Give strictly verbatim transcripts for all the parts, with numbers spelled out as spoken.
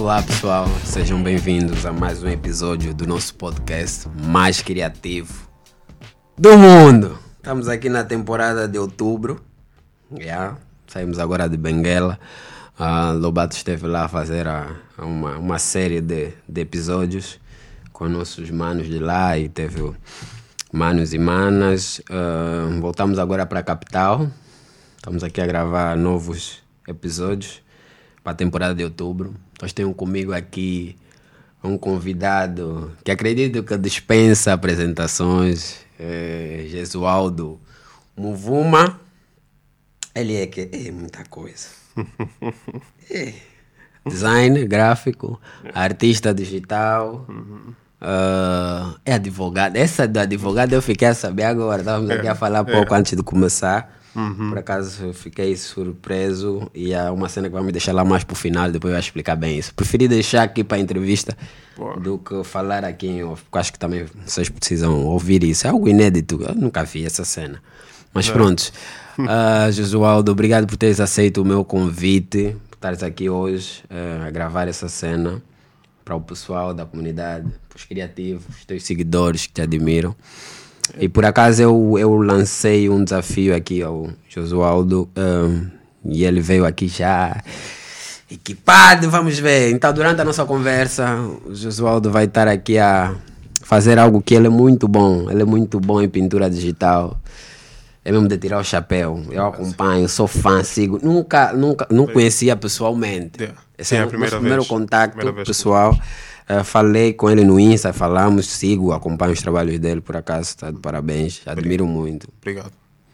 Olá pessoal, sejam bem-vindos a mais um episódio do nosso podcast mais criativo do mundo. Estamos aqui na temporada de outubro, yeah. Saímos agora de Benguela. Uh, Lobato esteve lá a fazer a, a uma, uma série de, de episódios com nossos manos de lá e teve manos e manas. Uh, voltamos agora para a capital. Estamos aqui a gravar novos episódios para a temporada de outubro. Nós temos comigo aqui um convidado que acredito que dispensa apresentações, é Jesualdo Muvuma. Ele é que é muita coisa. É. Design gráfico, artista digital, uh, é advogado. Essa do advogado eu fiquei a saber agora. Estávamos aqui a falar pouco é. antes de começar. Uhum. Por acaso eu fiquei surpreso e há uma cena que vai me deixar lá mais para o final, depois eu vou explicar bem isso. Preferi deixar aqui para a entrevista Boa. do que falar aqui em off, porque acho que também vocês precisam ouvir isso. É algo inédito, eu nunca vi essa cena. Mas é. pronto, uh, Jesualdo, obrigado por teres aceito o meu convite, por estares aqui hoje uh, a gravar essa cena para o pessoal da comunidade, para os criativos, os teus seguidores que te admiram. E por acaso eu, eu lancei um desafio aqui ao Jesualdo um, e ele veio aqui já equipado, vamos ver. Então durante a nossa conversa o Jesualdo vai estar aqui a fazer algo que ele é muito bom. Ele é muito bom em pintura digital. É mesmo de tirar o chapéu. Eu acompanho, sou fã, sigo. Nunca, nunca, não conhecia pessoalmente. Yeah. Esse Sim, é o primeiro primeiro contacto primeira pessoal. Uh, falei com ele no Insta, falamos, sigo, acompanho os trabalhos dele, por acaso, está de parabéns, admiro muito. Obrigado.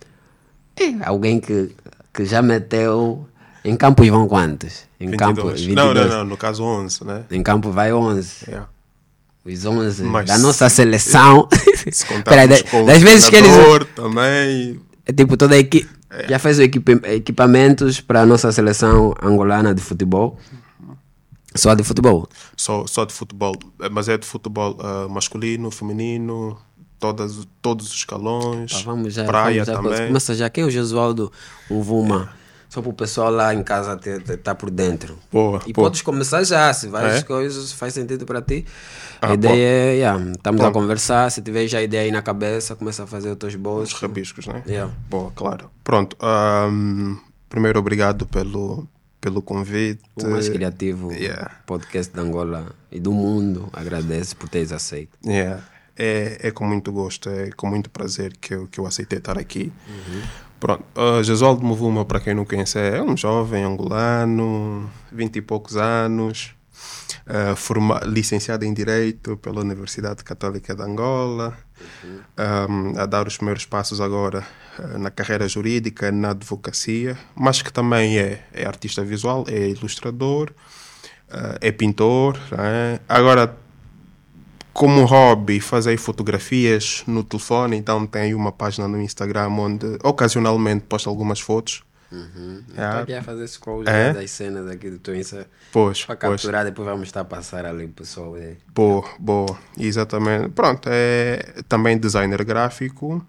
É alguém que, que já meteu. Em Campos vão quantos? Em Campo, vinte e dois. Não, não, não, no caso onze, né? Em Campo vai onze. Yeah. Os onze Mas, da nossa seleção. Se Pera, contarmos com das vezes que eles. também. É tipo, toda a equipe. É. Já fez o equipe, equipamentos para a nossa seleção angolana de futebol. Só de futebol? Só, só de futebol, mas é de futebol uh, masculino, feminino, todas, todos os escalões, Pá, vamos já, praia vamos já, também. Começa já, quem é o Jesualdo Muvuma? É. Só para o pessoal lá em casa estar tá por dentro. Boa, e boa. podes começar já, se várias é? coisas faz sentido para ti. Ah, a ideia boa. é, yeah, estamos Pronto. a conversar, se tiver já a ideia aí na cabeça, começa a fazer os teus bolsos. Os rabiscos, né? Yeah. Boa, claro. Pronto, um, primeiro obrigado pelo... pelo convite. O mais criativo yeah. podcast de Angola e do mundo. Agradeço por teres aceito. Yeah. É, é com muito gosto, é com muito prazer que eu, que eu aceitei estar aqui. Uhum. Pronto, uh, Jesualdo Muvuma, para quem não conhece, é um jovem angolano, vinte e poucos anos, uh, forma, licenciado em Direito pela Universidade Católica de Angola, uhum. um, a dar os primeiros passos agora na carreira jurídica, na advocacia, mas que também é, é artista visual, é ilustrador, uh, é pintor. Né? Agora, como hobby, faz aí fotografias no telefone, então tem aí uma página no Instagram onde ocasionalmente posta algumas fotos. Uhum. É. Estou aqui a fazer scroll é? das cenas aqui do teu Insta pois, para capturar, pois. Depois vamos estar a passar ali o pessoal. É. Boa, boa, exatamente. Pronto, é também designer gráfico.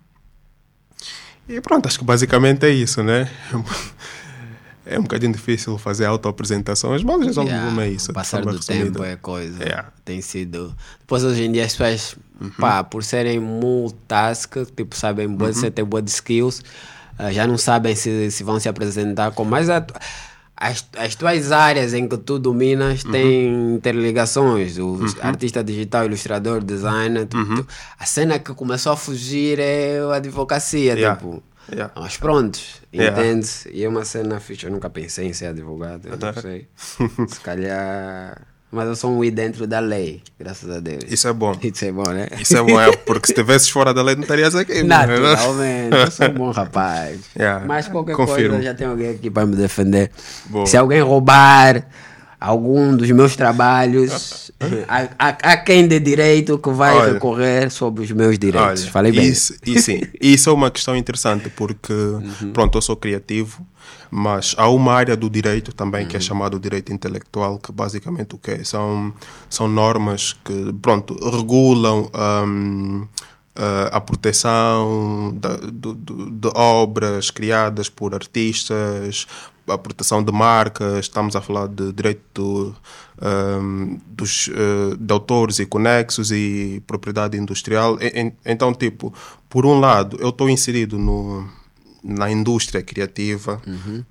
E pronto, acho que basicamente é isso, né? É um bocadinho difícil fazer auto-apresentações, mas já yeah, não é isso. O passar do tempo é coisa. Yeah. Tem sido... Depois hoje em dia as pessoas, uhum. pá, por serem multitask, tipo, sabem, uhum. você ter boas skills, uh, já não sabem se, se vão se apresentar com mais... Atu... As, as tuas áreas em que tu dominas uhum. têm interligações. O uhum. artista digital, ilustrador, designer. Tu, uhum. tu, a cena que começou a fugir é a advocacia. Yeah. Tipo, yeah. mas pronto, yeah. entende? E é uma cena fixe. Eu nunca pensei em ser advogado. Eu não sei. Se calhar... Mas eu sou um i dentro da lei, graças a Deus. Isso é bom. Isso é bom, né? Isso é bom, é porque se estivesses fora da lei não estarias aqui. Naturalmente, eu sou um bom rapaz. Yeah. Mas qualquer Confirmo. coisa, já tem alguém aqui para me defender. Boa. Se alguém roubar algum dos meus trabalhos, há, há, há quem dê direito que vai olha, recorrer sobre os meus direitos. Olha, Falei bem? Isso, e sim, isso é uma questão interessante porque, uhum. pronto, eu sou criativo, mas há uma área do direito também uhum. que é chamado direito intelectual, que basicamente o que é? São, são normas que, pronto, regulam um, uh, a proteção da, do, do, de obras criadas por artistas, a proteção de marcas, estamos a falar de direito um, dos, uh, de autores e conexos e propriedade industrial. E, e, então, tipo, por um lado, eu estou inserido no, na indústria criativa,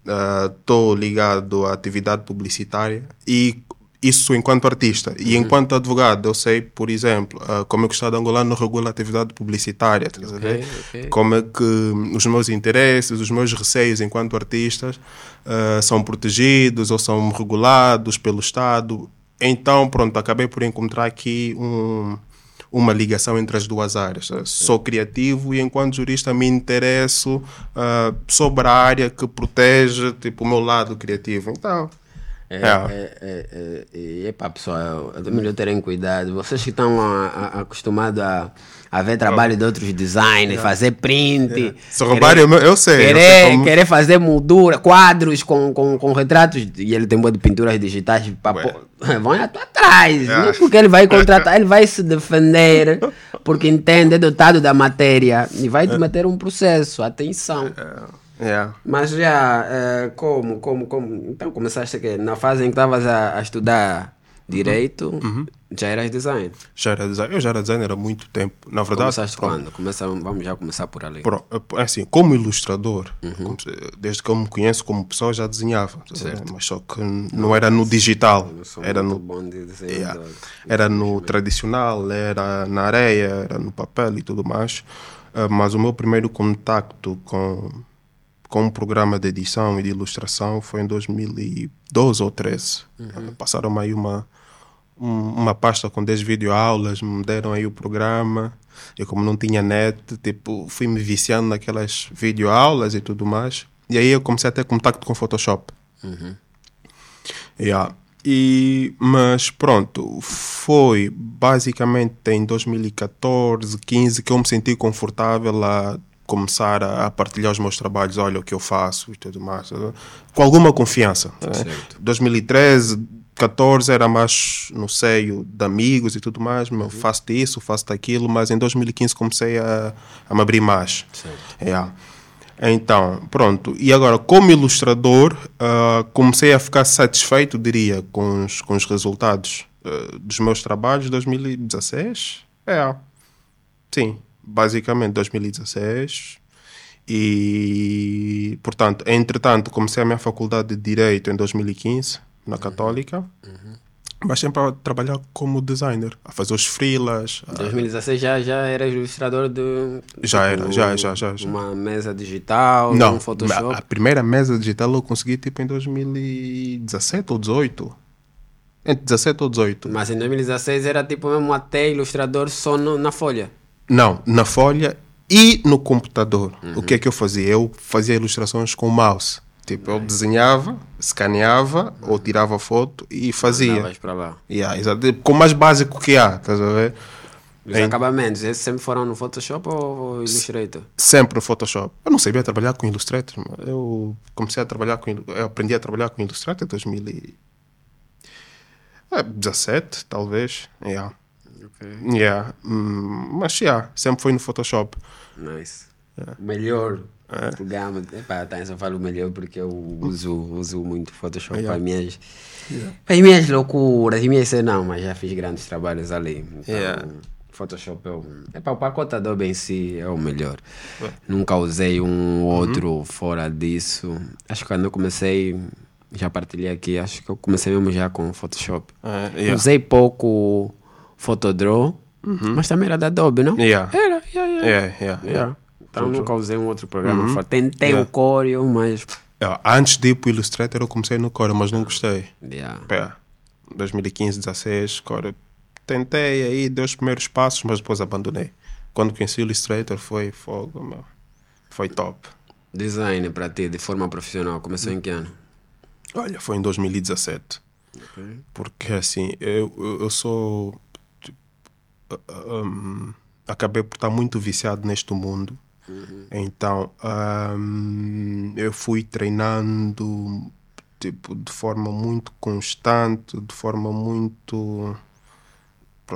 estou uhum. uh, ligado à atividade publicitária e isso enquanto artista. E uhum. enquanto advogado, eu sei, por exemplo, uh, como é que o Estado angolano regula a atividade publicitária. Okay, okay. Como é que os meus interesses, os meus receios enquanto artistas uh, são protegidos ou são regulados pelo Estado. Então, pronto, acabei por encontrar aqui um, uma ligação entre as duas áreas. Uh, sou criativo e, enquanto jurista, me interesso uh, sobre a área que protege tipo, o meu lado criativo. Então... É, é. É, é, é, é para pessoal, é melhor terem cuidado. Vocês que estão a, a, acostumados a, a ver trabalho de outros designers, é. fazer print, é. se roubarem, eu, eu sei. Querer, eu sei como... querer fazer moldura, quadros com, com, com retratos, e ele tem boa de pinturas digitais, pra, vão atrás, é. Não porque ele vai contratar, ele vai se defender, porque entende, é dotado da matéria, e vai te meter um processo, atenção. É. Yeah. Mas já, uh, como, como, como, então começaste aqui, na fase em que estavas a, a estudar Direito, uhum. já eras design? Já era design, eu já era designer há muito tempo, na verdade. Começaste quando? Começa, vamos já começar por ali. Pro, assim, como ilustrador, uhum. desde que eu me conheço como pessoa, já desenhava, mas só que não era no digital, era no, bom de desenho, yeah, era no tradicional, era na areia, era no papel e tudo mais, uh, mas o meu primeiro contacto com... com um programa de edição e de ilustração foi em dois mil e doze ou treze. Uhum. Passaram aí uma, um, uma pasta com dez videoaulas, me deram aí o programa. Eu, como não tinha net, tipo, fui me viciando naquelas videoaulas e tudo mais. E aí eu comecei a ter contato com Photoshop. Uhum. Yeah. E, mas pronto, foi basicamente em dois mil e catorze, quinze que eu me senti confortável a começar a, a partilhar os meus trabalhos, olha o que eu faço e tudo mais, com alguma confiança. Né? dois mil e treze, catorze era mais no seio de amigos e tudo mais, uhum. faço isso, faço daquilo, mas em dois mil e quinze comecei a, a me abrir mais. Yeah. Então, pronto. E agora, como ilustrador, uh, comecei a ficar satisfeito, diria, com os, com os resultados uh, dos meus trabalhos de dois mil e dezasseis. É, sim. Basicamente dois mil e dezasseis e, portanto, entretanto comecei a minha faculdade de Direito em dois mil e quinze na Católica, uhum. mas sempre a trabalhar como designer, a fazer os freelas. Em dois mil e dezasseis já, já eras ilustrador de... Já tipo, era, já, já, já, já. Uma mesa digital, não, um Photoshop? A primeira mesa digital eu consegui tipo em dois mil e dezassete ou dezoito. Entre dezassete ou dezoito. Mas em dois mil e dezasseis era tipo mesmo até ilustrador só no, na folha? Não, na folha e no computador. Uhum. O que é que eu fazia? Eu fazia ilustrações com o mouse. Tipo, eu desenhava, escaneava uhum. ou tirava foto e fazia. Mandavas para lá. Yeah, exato. Com o mais básico que há, estás a ver? Os em... acabamentos, esses sempre foram no Photoshop ou Illustrator? Sempre no Photoshop. Eu não sabia trabalhar com Illustrator. Eu comecei a trabalhar com... Eu aprendi a trabalhar com Illustrator em dois mil e dezasete, talvez. Yeah. Okay. Yeah. Mm, mas yeah, sempre foi no Photoshop. Nice. Yeah. Melhor é. programa. Epá, tá, eu falo melhor porque eu uso, uso muito Photoshop yeah. para, minhas, yeah. para as minhas loucuras. E minhas não, mas já fiz grandes trabalhos ali. Então, yeah. Photoshop é o, epá, o pacote Adobe em si é o melhor. Yeah. Nunca usei um outro uhum. fora disso. Acho que quando eu comecei, já partilhei aqui, acho que eu comecei mesmo já com Photoshop. Uh, yeah. Usei pouco Photodraw, uhum. mas também era da Adobe, não? Yeah. Era, yeah, yeah. Yeah, yeah, yeah. Então Photoshop. Nunca usei um outro programa. Uhum. Tentei yeah. o Corel, mas... Yeah. Antes de ir para o Illustrator eu comecei no Corel, mas não gostei. Yeah. Yeah. dois mil e quinze, dezasseis, Corel. Tentei aí, dei os primeiros passos, mas depois abandonei. Quando conheci o Illustrator foi fogo, meu. Foi top. Design para ti, de forma profissional, começou em que ano? Olha, foi em dois mil e dezassete. Okay. Porque assim, eu, eu, eu sou... Um, acabei por estar muito viciado neste mundo. Uhum. Então um, eu fui treinando tipo, de forma muito constante, de forma muito pronto,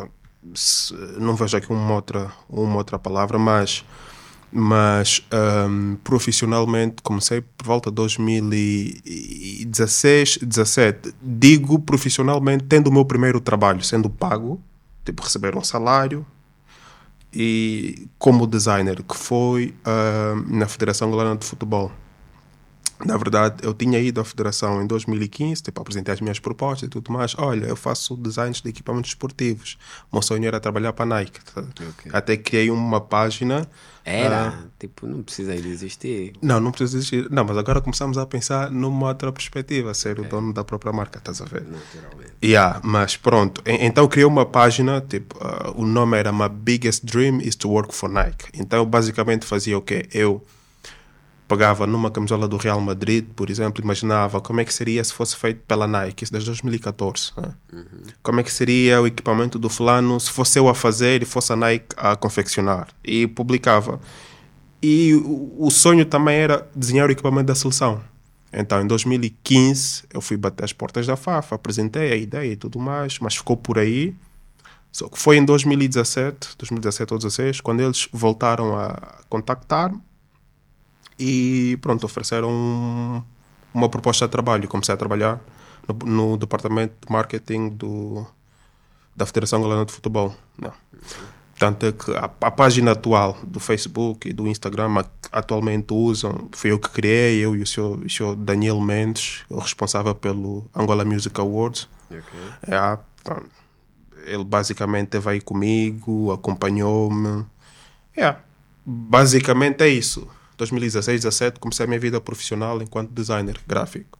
se, não vejo aqui uma outra, uma outra palavra, mas, mas um, profissionalmente comecei por volta de dois mil e dezasseis, dezassete. Digo profissionalmente tendo o meu primeiro trabalho, sendo pago, tipo receber um salário, e como designer, que foi uh, na Federação Angolana de Futebol. Na verdade, eu tinha ido à Federação em dois mil e quinze, tipo, apresentei as minhas propostas e tudo mais. Olha, eu faço designs de equipamentos esportivos. O meu sonho era trabalhar para a Nike. Tá? Okay. Até criei uma página. Era? Uh, tipo, não precisa de existir. Não, não precisa existir. Não, mas agora começamos a pensar numa outra perspectiva, ser okay. o dono da própria marca, estás a ver? Naturalmente. Yeah, mas pronto. Então criei uma página, tipo, uh, o nome era My Biggest Dream is to Work for Nike. Então eu basicamente fazia o quê? Eu pegava numa camisola do Real Madrid, por exemplo, imaginava como é que seria se fosse feito pela Nike, isso desde dois mil e catorze. Né? Uhum. Como é que seria o equipamento do fulano se fosse eu a fazer e fosse a Nike a confeccionar. E publicava. E o, o sonho também era desenhar o equipamento da seleção. Então, em dois mil e quinze, eu fui bater as portas da F A F, apresentei a ideia e tudo mais, mas ficou por aí. Só que foi em dois mil e dezassete, dois mil e dezassete ou dezasseis, quando eles voltaram a contactar-me. E pronto, ofereceram um, uma proposta de trabalho. Comecei a trabalhar no, no departamento de marketing do, da Federação Angolana de Futebol. Não. Tanto é que a, a página atual do Facebook e do Instagram atualmente usam, fui eu que criei, eu e o senhor, o senhor Daniel Mendes, o responsável pelo Angola Music Awards. Okay. É, ele basicamente esteve aí comigo, acompanhou-me. É, basicamente é isso. dois mil e dezasseis, dezassete, comecei a minha vida profissional enquanto designer gráfico.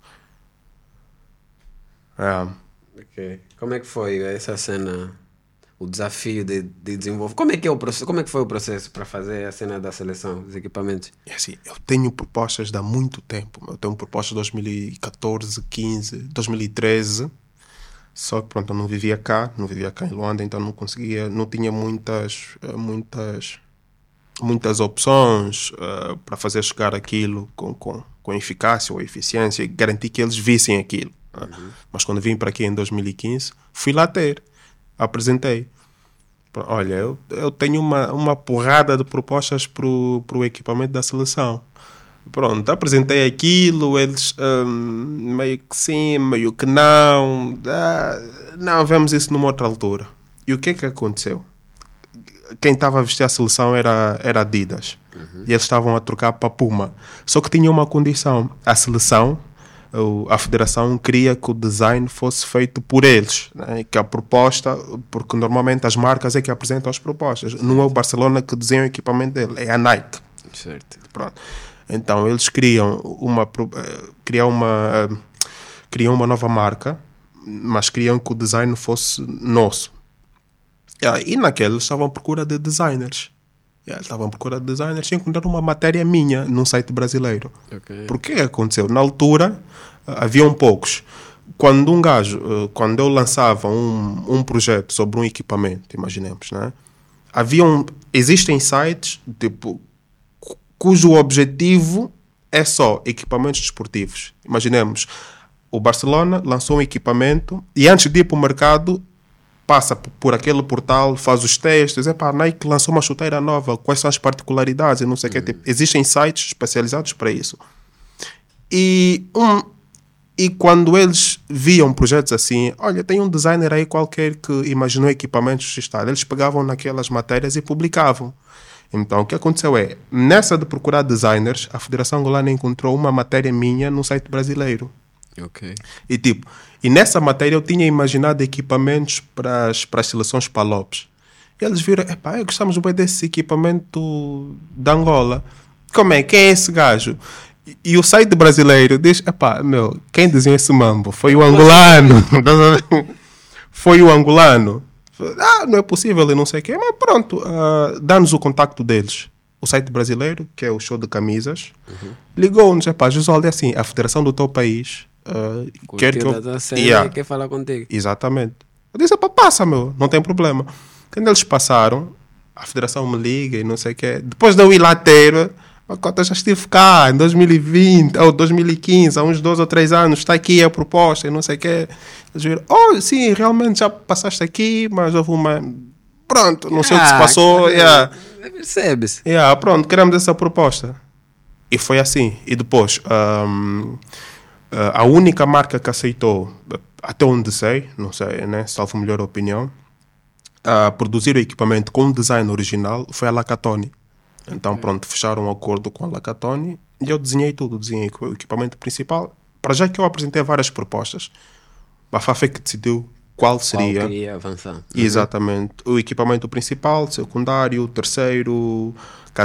É. Okay. Como é que foi essa cena, o desafio de, de desenvolver? Como é que é o processo? Como é que foi o processo para fazer a cena da seleção dos equipamentos? É assim, eu tenho propostas de há muito tempo. Eu tenho propostas de dois mil e catorze, quinze, dois mil e treze. Só que pronto, eu não vivia cá, não vivia cá em Luanda, então não conseguia, não tinha muitas, muitas muitas opções uh, para fazer chegar aquilo com, com, com eficácia ou eficiência e garantir que eles vissem aquilo. Uhum. Uh, mas quando vim para aqui em dois mil e quinze, fui lá ter, apresentei. Olha, eu, eu tenho uma, uma porrada de propostas para o equipamento da seleção. Pronto, apresentei aquilo, eles um, meio que sim, meio que não. Ah, não, vemos isso numa outra altura. E o que é que aconteceu? Quem estava a vestir a seleção era, era Adidas. Uhum. E eles estavam a trocar para Puma. Só que tinha uma condição. A seleção, a federação, queria que o design fosse feito por eles. Né? Que a proposta, porque normalmente as marcas é que apresentam as propostas. Certo. Não é o Barcelona que desenha o equipamento dele, é a Nike. Certo. Pronto. Então eles criam uma, criam uma, criam uma nova marca, mas queriam que o design fosse nosso. Yeah, e naqueles estavam à procura de designers. Yeah, estavam à procura de designers e encontraram uma matéria minha num site brasileiro. Okay. Por que aconteceu? Na altura, uh, haviam poucos. Quando um gajo, uh, quando eu lançava um, um projeto sobre um equipamento, imaginemos, né? Haviam, existem sites tipo, cujo objetivo é só equipamentos desportivos. Imaginemos, o Barcelona lançou um equipamento e antes de ir para o mercado, passa por aquele portal, faz os testes, é pá, a Nike lançou uma chuteira nova, quais são as particularidades e não sei o uhum. que. Tipo, existem sites especializados para isso. E, um, e quando eles viam projetos assim, olha, tem um designer aí qualquer que imaginou equipamentos de estado, eles pegavam naquelas matérias e publicavam. Então, o que aconteceu é, nessa de procurar designers, a Federação Angolana encontrou uma matéria minha no site brasileiro. Ok. E tipo, e nessa matéria eu tinha imaginado equipamentos para as, para as seleções Palopes. E eles viram, epá, gostamos bem desse equipamento da Angola. Como é? Quem é esse gajo? E, e o site brasileiro diz, epá, meu, quem desenhou esse mambo? Foi o angolano. Foi o angolano. Ah, não é possível e não sei o quê. Mas pronto, uh, dá-nos o contacto deles. O site brasileiro, que é o Show de Camisas, uhum. ligou-nos, epá, Josualdo, é assim, a federação do teu país uh, quer que eu... Yeah. quer falar contigo. Exatamente. Eu disse, epá, passa, meu, não tem problema. Quando eles passaram, a federação me liga e não sei o quê. Depois de eu ir lá ter, a cota já estive cá, em dois mil e vinte, ou dois mil e quinze, há uns dois ou três anos, está aqui a proposta e não sei o quê. Eles viram, oh, sim, realmente já passaste aqui, mas houve uma... pronto, não sei o que Ah, se passou. Yeah. Percebe-se. Yeah, pronto, queremos essa proposta. E foi assim. E depois, um, a única marca que aceitou, até onde sei, não sei, né, salvo melhor opinião, a produzir o equipamento com o design original foi a Lacatoni. Então, pronto, fecharam um acordo com a Lacatoni e eu desenhei tudo, desenhei o equipamento principal. Para já que eu apresentei várias propostas, a F A F é que decidiu qual seria. Qual queria avançar. Uhum. Exatamente. O equipamento principal, secundário, terceiro,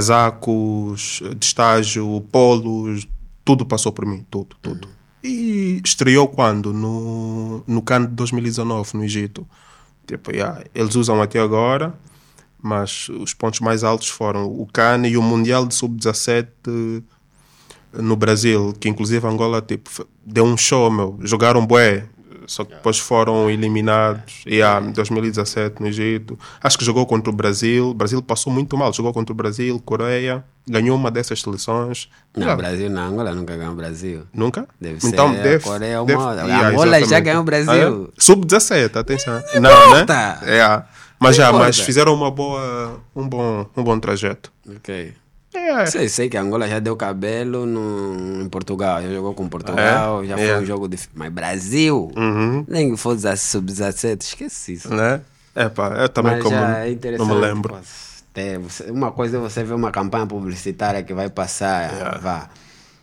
casacos, de estágio, polos, tudo passou por mim, tudo, tudo. Uhum. E estreou quando? No, no Cannes de dois mil e dezanove, no Egito. Tipo, yeah, eles usam até agora, mas os pontos mais altos foram o Cannes e o Mundial de sub dezassete no Brasil, que inclusive Angola tipo, deu um show, meu. Jogaram bué, só que depois foram eliminados. Yeah, em dois mil e dezassete no Egito. Acho que jogou contra o Brasil. O Brasil passou muito mal. Jogou contra o Brasil, Coreia. Ganhou uma dessas seleções. Não, yeah. Brasil não. Angola nunca ganhou o Brasil. Nunca? Deve então, ser deve, a Coreia deve, uma... yeah, Angola exatamente. já ganhou o Brasil. Ah, é? sub dezassete, atenção. Não, não, importa. né? Yeah. Mas Não já, importa. mas fizeram uma boa, um, bom, um bom trajeto. Ok. É. Sei, sei que a Angola já deu cabelo no, em Portugal. Já jogou com Portugal, É? já É. foi um jogo de... Mas Brasil, Uhum. nem que fosse sub dezassete, esquece isso. Né? É pá, eu também Mas como já é não interessante. me lembro. pô, ter- você- uma coisa é você ver uma campanha publicitária que vai passar Yeah. vá,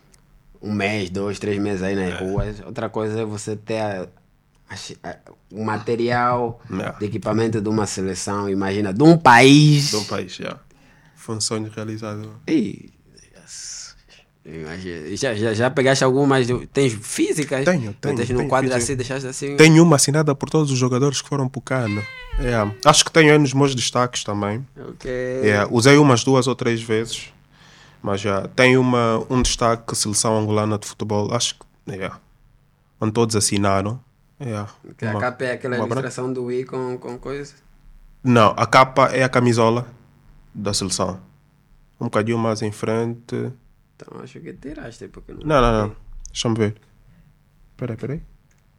um mês, dois, três meses aí nas ruas. Outra coisa é você ter a- a chi- a- o material Yeah. de equipamento de uma seleção, imagina, de um país. Do país, já. Foi um sonho realizado. Ih, yes. Imagina. Já, já, já pegaste algumas? Tens físicas? Tenho, tenho, Tens no tenho quadro física. assim, deixaste assim? Tenho uma assinada por todos os jogadores que foram para o Cano. Yeah. Acho que tenho aí nos meus destaques também. Ok. Yeah. Usei umas duas ou três vezes. Mas já tenho uma, um destaque Seleção Angolana de Futebol. Acho que. Yeah. Onde todos assinaram. Yeah. Que a Uma- capa é aquela uma branca. ilustração do I com, com coisa? Não, a capa é a camisola da seleção. Um bocadinho mais em frente. Então acho que tiraste porque não. Não, não, não. Deixa-me ver. Espera aí, espera aí.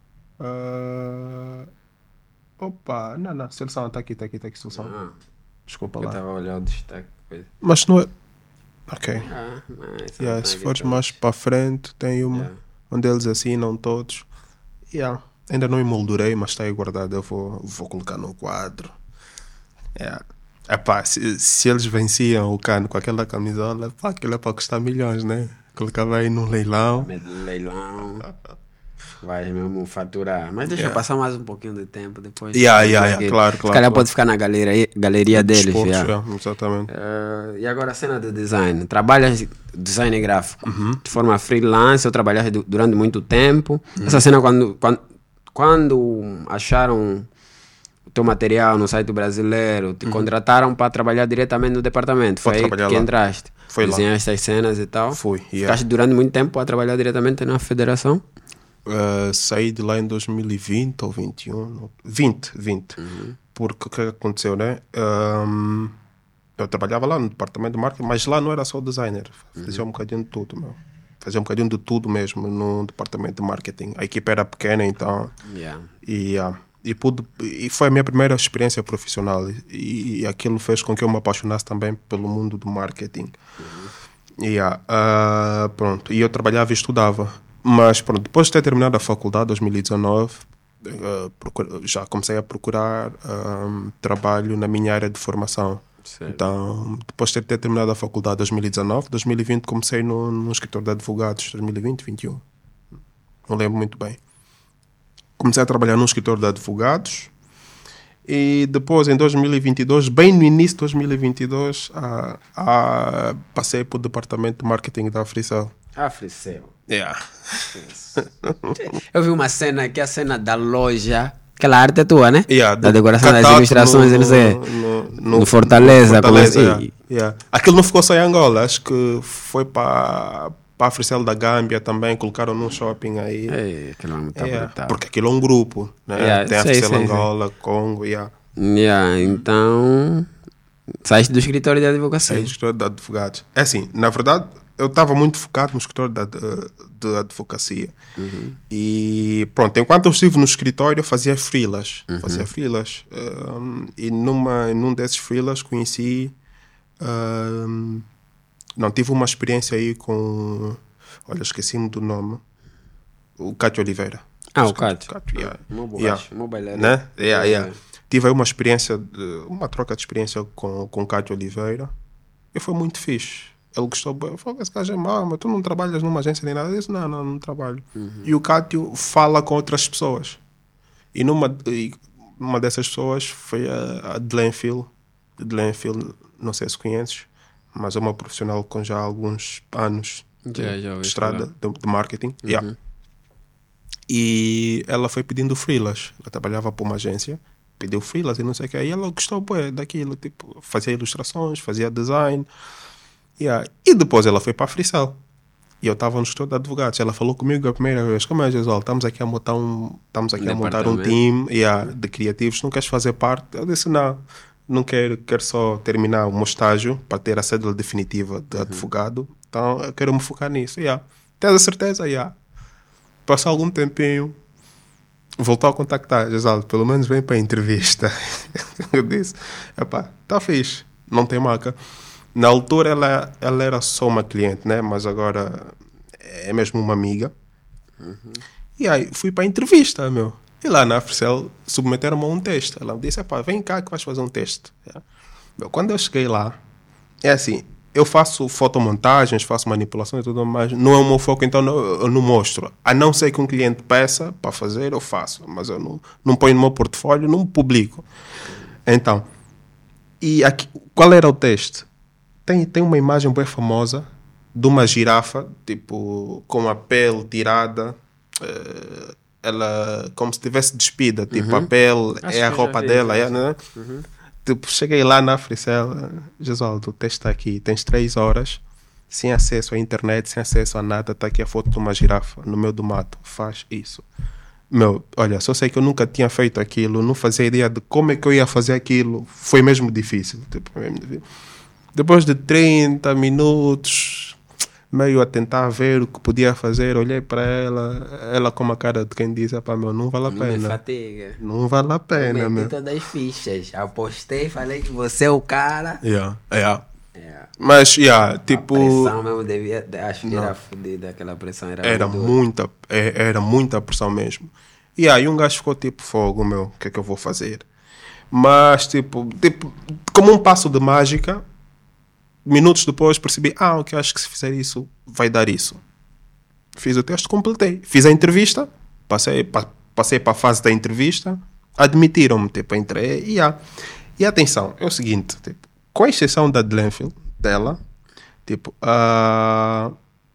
Ah, Opa, não, não. Seleção, está aqui, está aqui, está aqui, seleção. Ah, Desculpa eu lá. estava a olhar o destaque. Coisa. Mas não é. Ok. Ah, mas. Yeah, tá se aqui fores também. mais para a frente, tem uma Yeah. onde eles assinam todos. Yeah. Ainda não emoldurei, mas está aí guardado. Eu vou, vou colocar no quadro. Yeah. Epá, se, se eles venciam o Cano com aquela camisola, pá, aquilo é para custar milhões, né? Colocava aí num leilão. Medo do leilão. Vai mesmo faturar. Mas deixa Yeah. passar mais um pouquinho de tempo depois. Yeah, yeah, yeah, Porque claro, Se claro, calhar claro. pode ficar na galeria, galeria deles. Desportos, yeah. yeah, exatamente. Eh, e agora a cena de design. Trabalhas de design gráfico Uhum. de forma freelance ou trabalhaste du- durante muito tempo? Essa cena quando, quando, quando acharam o teu material no site brasileiro, te contrataram para trabalhar diretamente no departamento. Foi Para aí trabalhar que lá. entraste. Foi lá. Desenhaste as cenas e tal. Fui, yeah. Ficaste durante muito tempo para trabalhar diretamente na federação? Uh, saí de lá em dois mil e vinte ou vinte e um, não- vinte, vinte. Porque o que aconteceu, né? Um, eu trabalhava lá no departamento de marketing, mas lá não era só designer, fazia um bocadinho de tudo, meu. Fazia um bocadinho de tudo mesmo no departamento de marketing. A equipe era pequena, então. Yeah. E, ah, e, pude, e foi a minha primeira experiência profissional. E, e aquilo fez com que eu me apaixonasse também pelo mundo do marketing. E, ah, ah, pronto. E eu trabalhava e estudava. Mas pronto, depois de ter terminado a faculdade, em dois mil e dezanove, ah, procura- já comecei a procurar ah, trabalho na minha área de formação. Certo. Então, depois de ter terminado a faculdade em dois mil e dezanove, dois mil e vinte comecei no, no escritório de advogados, dois mil e vinte, vinte e um. Não lembro muito bem. Comecei a trabalhar num escritório de advogados e depois, em dois mil e vinte e dois, bem no início de dois mil e vinte e dois, ah, ah, passei para o departamento de marketing da Africell. Ah, Fricel. Yeah. Eu vi uma cena que é a cena da loja. Aquela arte é tua, né? Yeah, da do decoração das Catato ilustrações, no, eu não sei. No, No Fortaleza, Fortaleza, como é- yeah, yeah. Aquilo não ficou só em Angola, acho que foi para para a Africell da Gâmbia também, colocaram num shopping aí. Ei, aquilo não tá Yeah, brutal. porque aquilo é um grupo, né? Yeah, Tem a sei, Africell sei, sei. Angola, Congo, yeah. Yeah, então. Saíste do escritório de advocacia. É escritório de advogados. É assim, na verdade, eu estava muito focado no escritório de, de, de advocacia. Uhum. E pronto, enquanto eu estive no escritório, eu fazia freelas. Uhum. Fazia freelas. Um, e numa, num desses freelas conheci... Um, não, tive uma experiência aí com... Olha, esqueci-me do nome. O Cátio Oliveira. Ah, o Cátio. Cátio, yeah. Meu yeah. bailarino. Né? Yeah, yeah. Tive aí uma experiência, de, uma troca de experiência com, com o Cátio Oliveira. E foi muito fixe. Ele gostou bem. Falou, esse gajo é mau, mas tu não trabalhas numa agência nem nada. Eu disse, não, não, não trabalho. Uhum. E o Cátio fala com outras pessoas. E numa, e uma dessas pessoas foi a, a Glenfield. Glenfield, não sei se conheces, mas é uma profissional com já alguns anos de, já, já de estrada, de, de marketing. Uhum. Yeah. E ela foi pedindo freelas. Ela trabalhava para uma agência, pediu freelas e não sei o que. E ela gostou bué, daquilo, tipo, fazia ilustrações, fazia design. Yeah. E depois ela foi para a Fricel. E eu estava no escritório de advogados. Ela falou comigo a primeira vez: como é, Jesol? Estamos aqui a montar um, estamos aqui a montar um time yeah, de criativos. Não queres fazer parte? Eu disse: não, não quero. Quero só terminar o meu estágio para ter a cédula definitiva de uhum. advogado. Então eu quero me focar nisso. Yeah. Tens a certeza? Yeah. Passou algum tempinho, voltou a contactar. Jesol, pelo menos vem para a entrevista. Eu disse: epá, está fixe, não tem marca. Na altura ela, ela era só uma cliente, né? Mas agora é mesmo uma amiga. Uhum. E aí fui para a entrevista, meu. E lá na Fricel submeteram-me a um teste. Ela me disse: pá, vem cá que vais fazer um teste. Meu, quando eu cheguei lá, é assim, eu faço fotomontagens, faço manipulação e tudo mais. Não é o meu foco, então eu, eu não mostro. A não ser que um cliente peça para fazer, eu faço. Mas eu não, não ponho no meu portfólio, não publico. Então, e aqui, qual era o teste? Tem, tem uma imagem bem famosa de uma girafa, tipo, com a pele tirada, uh, ela como se estivesse despida, tipo, uhum. a pele Acho é a roupa vi, dela, é, né? Uhum. Tipo, cheguei lá na Fricel, Jesualdo, o teste está aqui, tens três horas, sem acesso à internet, sem acesso a nada, está aqui a foto de uma girafa no meio do mato, faz isso. Meu, olha, só sei que eu nunca tinha feito aquilo, não fazia ideia de como é que eu ia fazer aquilo, foi mesmo difícil, tipo, foi mesmo difícil. Depois de trinta minutos, meio a tentar ver o que podia fazer, olhei para ela, ela com uma cara de quem diz: pá, meu, não vale a não pena. Me fatiga. Não vale a pena, eu meu. todas as fichas, apostei, falei que você é o cara. Yeah, yeah. Yeah. Mas, yeah, tipo... A pressão mesmo devia... Acho que era fodida, aquela pressão era... Era muita, era muita pressão mesmo. E aí um gajo ficou tipo: fogo, meu, o que é que eu vou fazer? Mas, tipo, tipo como um passo de mágica... Minutos depois percebi, ah, ok, acho que se fizer isso, vai dar isso. Fiz o teste, completei. Fiz a entrevista, passei, pa, passei para a fase da entrevista, admitiram-me, tipo, entrei e ah. E atenção, é o seguinte, tipo, com a exceção da Glenfield, dela, tipo, uh,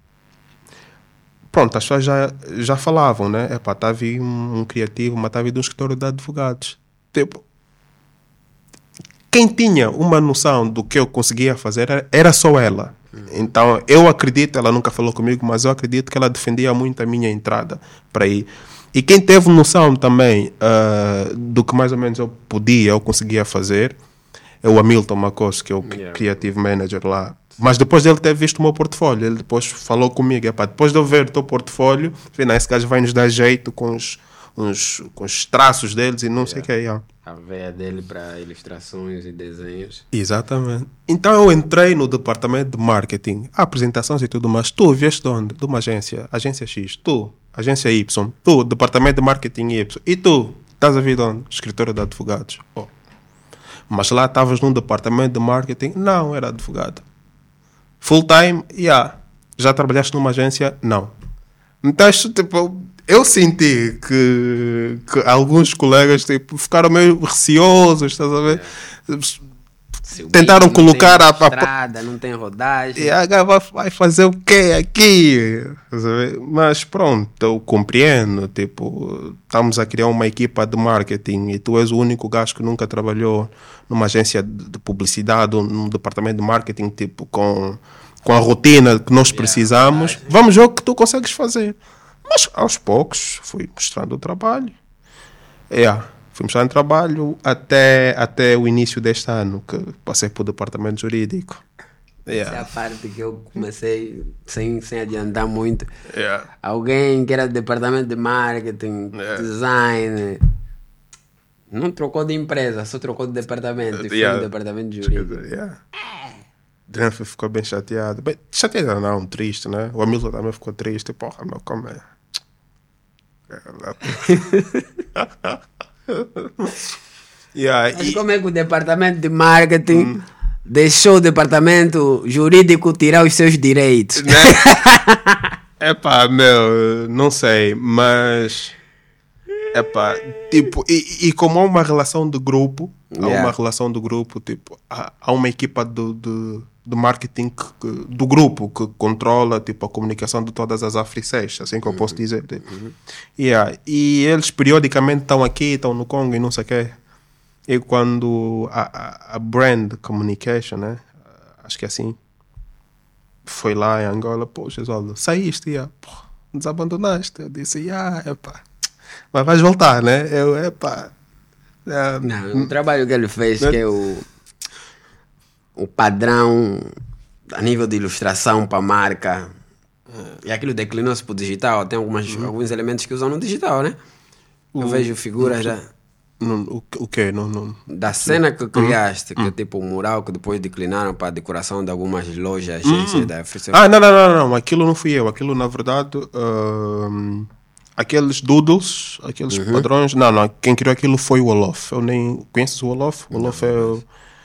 pronto, as pessoas já, já falavam, né? Epá, estava aí um, um criativo, mas estava aí de um escritório de advogados. Tipo, quem tinha uma noção do que eu conseguia fazer era, era só ela. Uhum. Então, eu acredito, ela nunca falou comigo, mas eu acredito que ela defendia muito a minha entrada para aí. E quem teve noção também uh, do que mais ou menos eu podia, eu conseguia fazer, é o Hamilton Macos, que é o yeah. Creative Manager lá. Mas depois dele ter visto o meu portfólio, ele depois falou comigo: epá, depois de eu ver o teu portfólio, não, esse gajo vai nos dar jeito com os, uns, com os traços deles e não yeah. sei o que é. A veia dele para ilustrações e desenhos. Exatamente. Então eu entrei no departamento de marketing, apresentações e tudo mais. Tu vieste de onde? De uma agência, agência X. Tu, agência Y. Tu, departamento de marketing Y. E tu, estás a vir de onde? Escritório de advogados. Oh. Mas lá estavas num departamento de marketing? Não, era advogado. Full time? Yeah. Já trabalhaste numa agência? Não. Então, tipo, eu senti que, que alguns colegas tipo, ficaram meio receosos, estás a ver? É. Tentaram não colocar tem a, estrada, a... não tem rodagem. E agora vai fazer o quê aqui? Estás a ver? Mas pronto, eu compreendo. Tipo, estamos a criar uma equipa de marketing e tu és o único gajo que nunca trabalhou numa agência de publicidade ou num departamento de marketing, tipo, com, com a rotina que nós precisamos. Yeah, vamos ver o que tu consegues fazer. Mas aos poucos fui mostrando o trabalho. Yeah. Fui mostrando o trabalho até, até o início deste ano, que passei para o departamento jurídico. Yeah. Essa é a parte que eu comecei sem, sem adiantar muito. Yeah. Alguém que era do departamento de marketing, Yeah. design, não trocou de empresa, só trocou de departamento. E foi Yeah. no departamento jurídico. Yeah. Drenfer ficou bem chateado. Bem, chateado não, triste, né? O Hamilton também ficou triste. Porra, meu, como é? yeah, Mas e, como é que o departamento de marketing hum. deixou o departamento jurídico tirar os seus direitos? Né? Epá, meu, não sei, mas... Epá, tipo, e, e como há uma relação de grupo, yeah. há uma relação de grupo, tipo, há, há uma equipa do, do, do marketing que, que, do grupo que controla, tipo, a comunicação de todas as Afriseis, assim que eu posso dizer. Tipo. Uhum. Yeah. E eles periodicamente estão aqui, estão no Congo e não sei o quê. E quando a, a, a brand communication, né, acho que é assim, foi lá em Angola, pô, Gesualdo, saíste, yeah. Pô, nos abandonaste. Eu disse, yeah, epá. Mas vais voltar, né? Eu, epá. É, não, o trabalho que ele fez, né? Que é o, o padrão a nível de ilustração para a marca, é. E aquilo declinou-se para o digital. Tem algumas, uhum. alguns elementos que usam no digital, né? Eu o, vejo figuras o, da. No, o, o quê? No, no, da cena que criaste, uhum. que é tipo um mural que depois declinaram para a decoração de algumas lojas, agências uhum. da Africa. Ah, não, não, não, não. Aquilo não fui eu. Aquilo, na verdade. Uh, Aqueles doodles, aqueles uhum. padrões. Não, não. Quem criou aquilo foi o Olof. Eu nem. Conheces o Olof? O Olof é,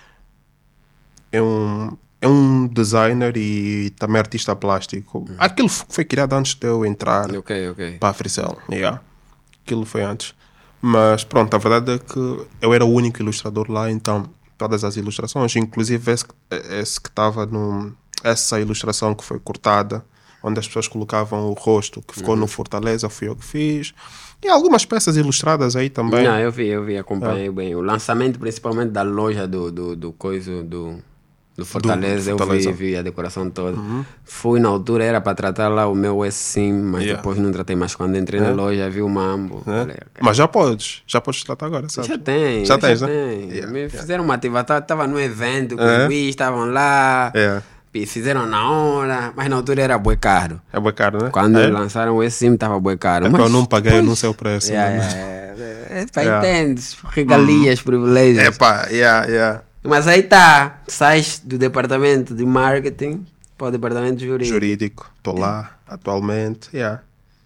é, um, é um designer e também artista plástico. Uhum. Aquilo foi criado antes de eu entrar okay, okay. para a Fricel. Yeah. Aquilo foi antes. Mas pronto, a verdade é que eu era o único ilustrador lá, então todas as ilustrações, inclusive esse, esse que estava no. Essa ilustração que foi cortada, onde as pessoas colocavam o rosto, que ficou uhum. no Fortaleza, fui eu que fiz. E algumas peças ilustradas aí também. Não, eu vi, eu vi, acompanhei é. bem. O lançamento, principalmente da loja do, do, do coisa, do, do Fortaleza, do, do Fortaleza. eu vi, vi a decoração toda. Uhum. Fui na altura, era para tratar lá o meu S-Sim, mas yeah. depois não tratei mais. Quando entrei é. na loja, vi o mambo. É. Falei, okay. Mas já podes, já podes tratar agora, sabe? Já tem, já, já tens, já né? tem. Yeah. Me yeah. fizeram uma ativação, estava no evento, com é. os Luís, estavam lá. Yeah. Fizeram na hora, mas na altura era bué caro. É bué caro, né? Quando é? lançaram o S-Sim estava bué caro. É mas eu não paguei, pois, eu não sei o preço. Yeah, né? yeah, yeah. É, é, yeah. Entendes, regalias, hum. privilégios. É pá, yeah, yeah. Mas aí tá, sais do departamento de marketing para o departamento jurídico. Jurídico, estou é. lá atualmente, yeah.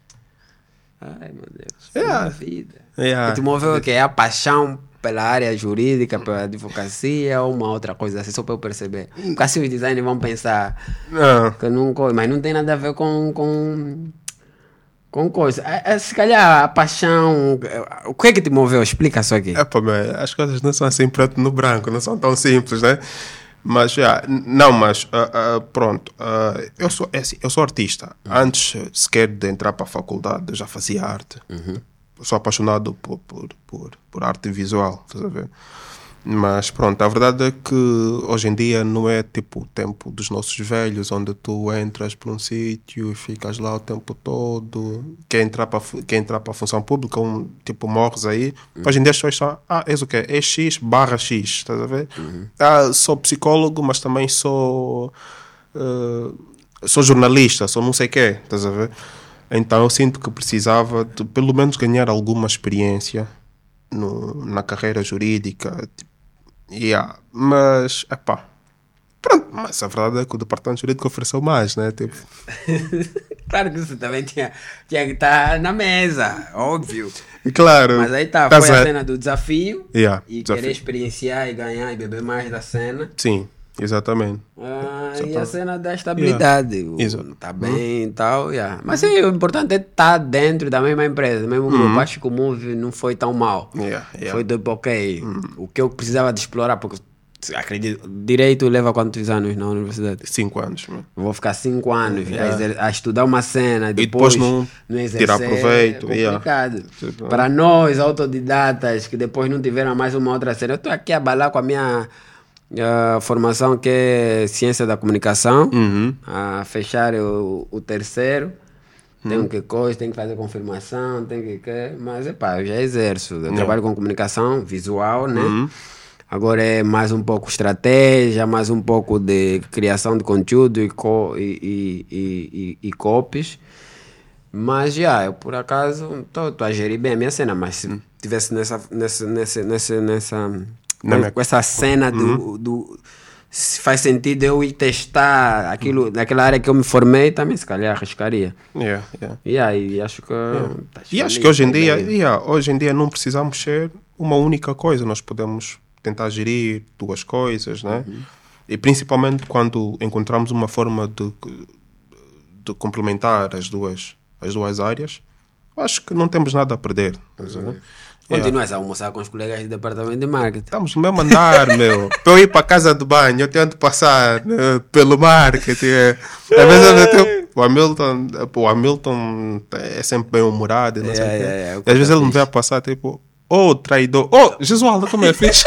Ai meu Deus, yeah. vida. Yeah. E te moveu o quê? A paixão pela área jurídica, pela advocacia ou uma outra coisa assim, só para eu perceber. Porque assim os designers vão pensar não. que não, mas não tem nada a ver com, com, com coisa. É, é, se calhar a paixão, o que é que te moveu? Explica só aqui. É, pá, as coisas não são assim preto no branco, não são tão simples, né? Mas já, não, mas uh, uh, pronto, uh, eu, sou, é assim, eu sou artista. Uhum. Antes sequer de entrar para a faculdade, eu já fazia arte. Uhum. Sou apaixonado por, por, por, por arte visual, estás a ver? Mas pronto, a verdade é que hoje em dia não é tipo o tempo dos nossos velhos, onde tu entras para um sítio e ficas lá o tempo todo, quer entrar para, quer entrar para a função pública, um, tipo morres aí. Uhum. Hoje em dia as pessoas são, ah, és o quê? É X barra X, estás a ver? Uhum. Ah, sou psicólogo, mas também sou, uh, sou jornalista, sou não sei o quê, estás a ver? Então eu sinto que precisava de pelo menos ganhar alguma experiência no, na carreira jurídica. Tipo, yeah. Mas, epá, pronto, mas a verdade é que o departamento jurídico ofereceu mais, né? Tipo... Claro que você também tinha, tinha que estar na mesa, óbvio. Claro. Mas aí tá, tá foi certo. a cena do desafio yeah, e desafio. querer experienciar e ganhar e beber mais da cena. Sim. Exatamente. Ah, e a cena da estabilidade. Yeah. O, tá bem e uhum. tal. Yeah. Mas sim, o importante é estar dentro da mesma empresa, do mesmo grupo. Uhum. Acho que o Move não foi tão mal. Yeah, yeah. Foi tipo, ok, uhum. o que eu precisava de explorar, porque acredito, direito leva quantos anos na universidade? Cinco anos. Mano. Vou ficar cinco anos yeah. a, a estudar uma cena e depois, depois não, não exercer. Tirar proveito. É complicado. Yeah. Para nós, autodidatas, que depois não tiveram mais uma outra cena. Eu estou aqui a balar com a minha... A formação que é ciência da comunicação, uhum. a fechar o, o terceiro, uhum. tem que coisa, tem que fazer confirmação, tem que, que mas epá, eu já exerço, eu yeah. trabalho com comunicação visual, né? Uhum. Agora é mais um pouco estratégia, mais um pouco de criação de conteúdo e, co e, e, e, e, e copies. Mas já, eu por acaso estou a gerir bem a minha cena, mas se tivesse nessa, nessa, nessa, nessa, nessa com, minha... com essa cena do, uhum. do se faz sentido eu ir testar aquilo, naquela área que eu me formei, também se calhar arriscaria. Yeah, yeah. E aí acho que yeah. tá e acho que hoje em dia, yeah, hoje em dia não precisamos ser uma única coisa, nós podemos tentar gerir duas coisas, né? Uhum. E principalmente quando encontramos uma forma de, de complementar as duas, as duas áreas, acho que não temos nada a perder. Uhum. Continuas yeah. a almoçar com os colegas do departamento de marketing. Estamos no mesmo andar, meu. Para eu ir para a casa de banho, eu tento passar né, pelo marketing. Às vezes eu tenho, o Hamilton, o Hamilton é sempre bem humorado. Não yeah, sei yeah, yeah, às vezes ele me vê a passar tipo, oh, traidor, oh, Jesualdo, como é fixe.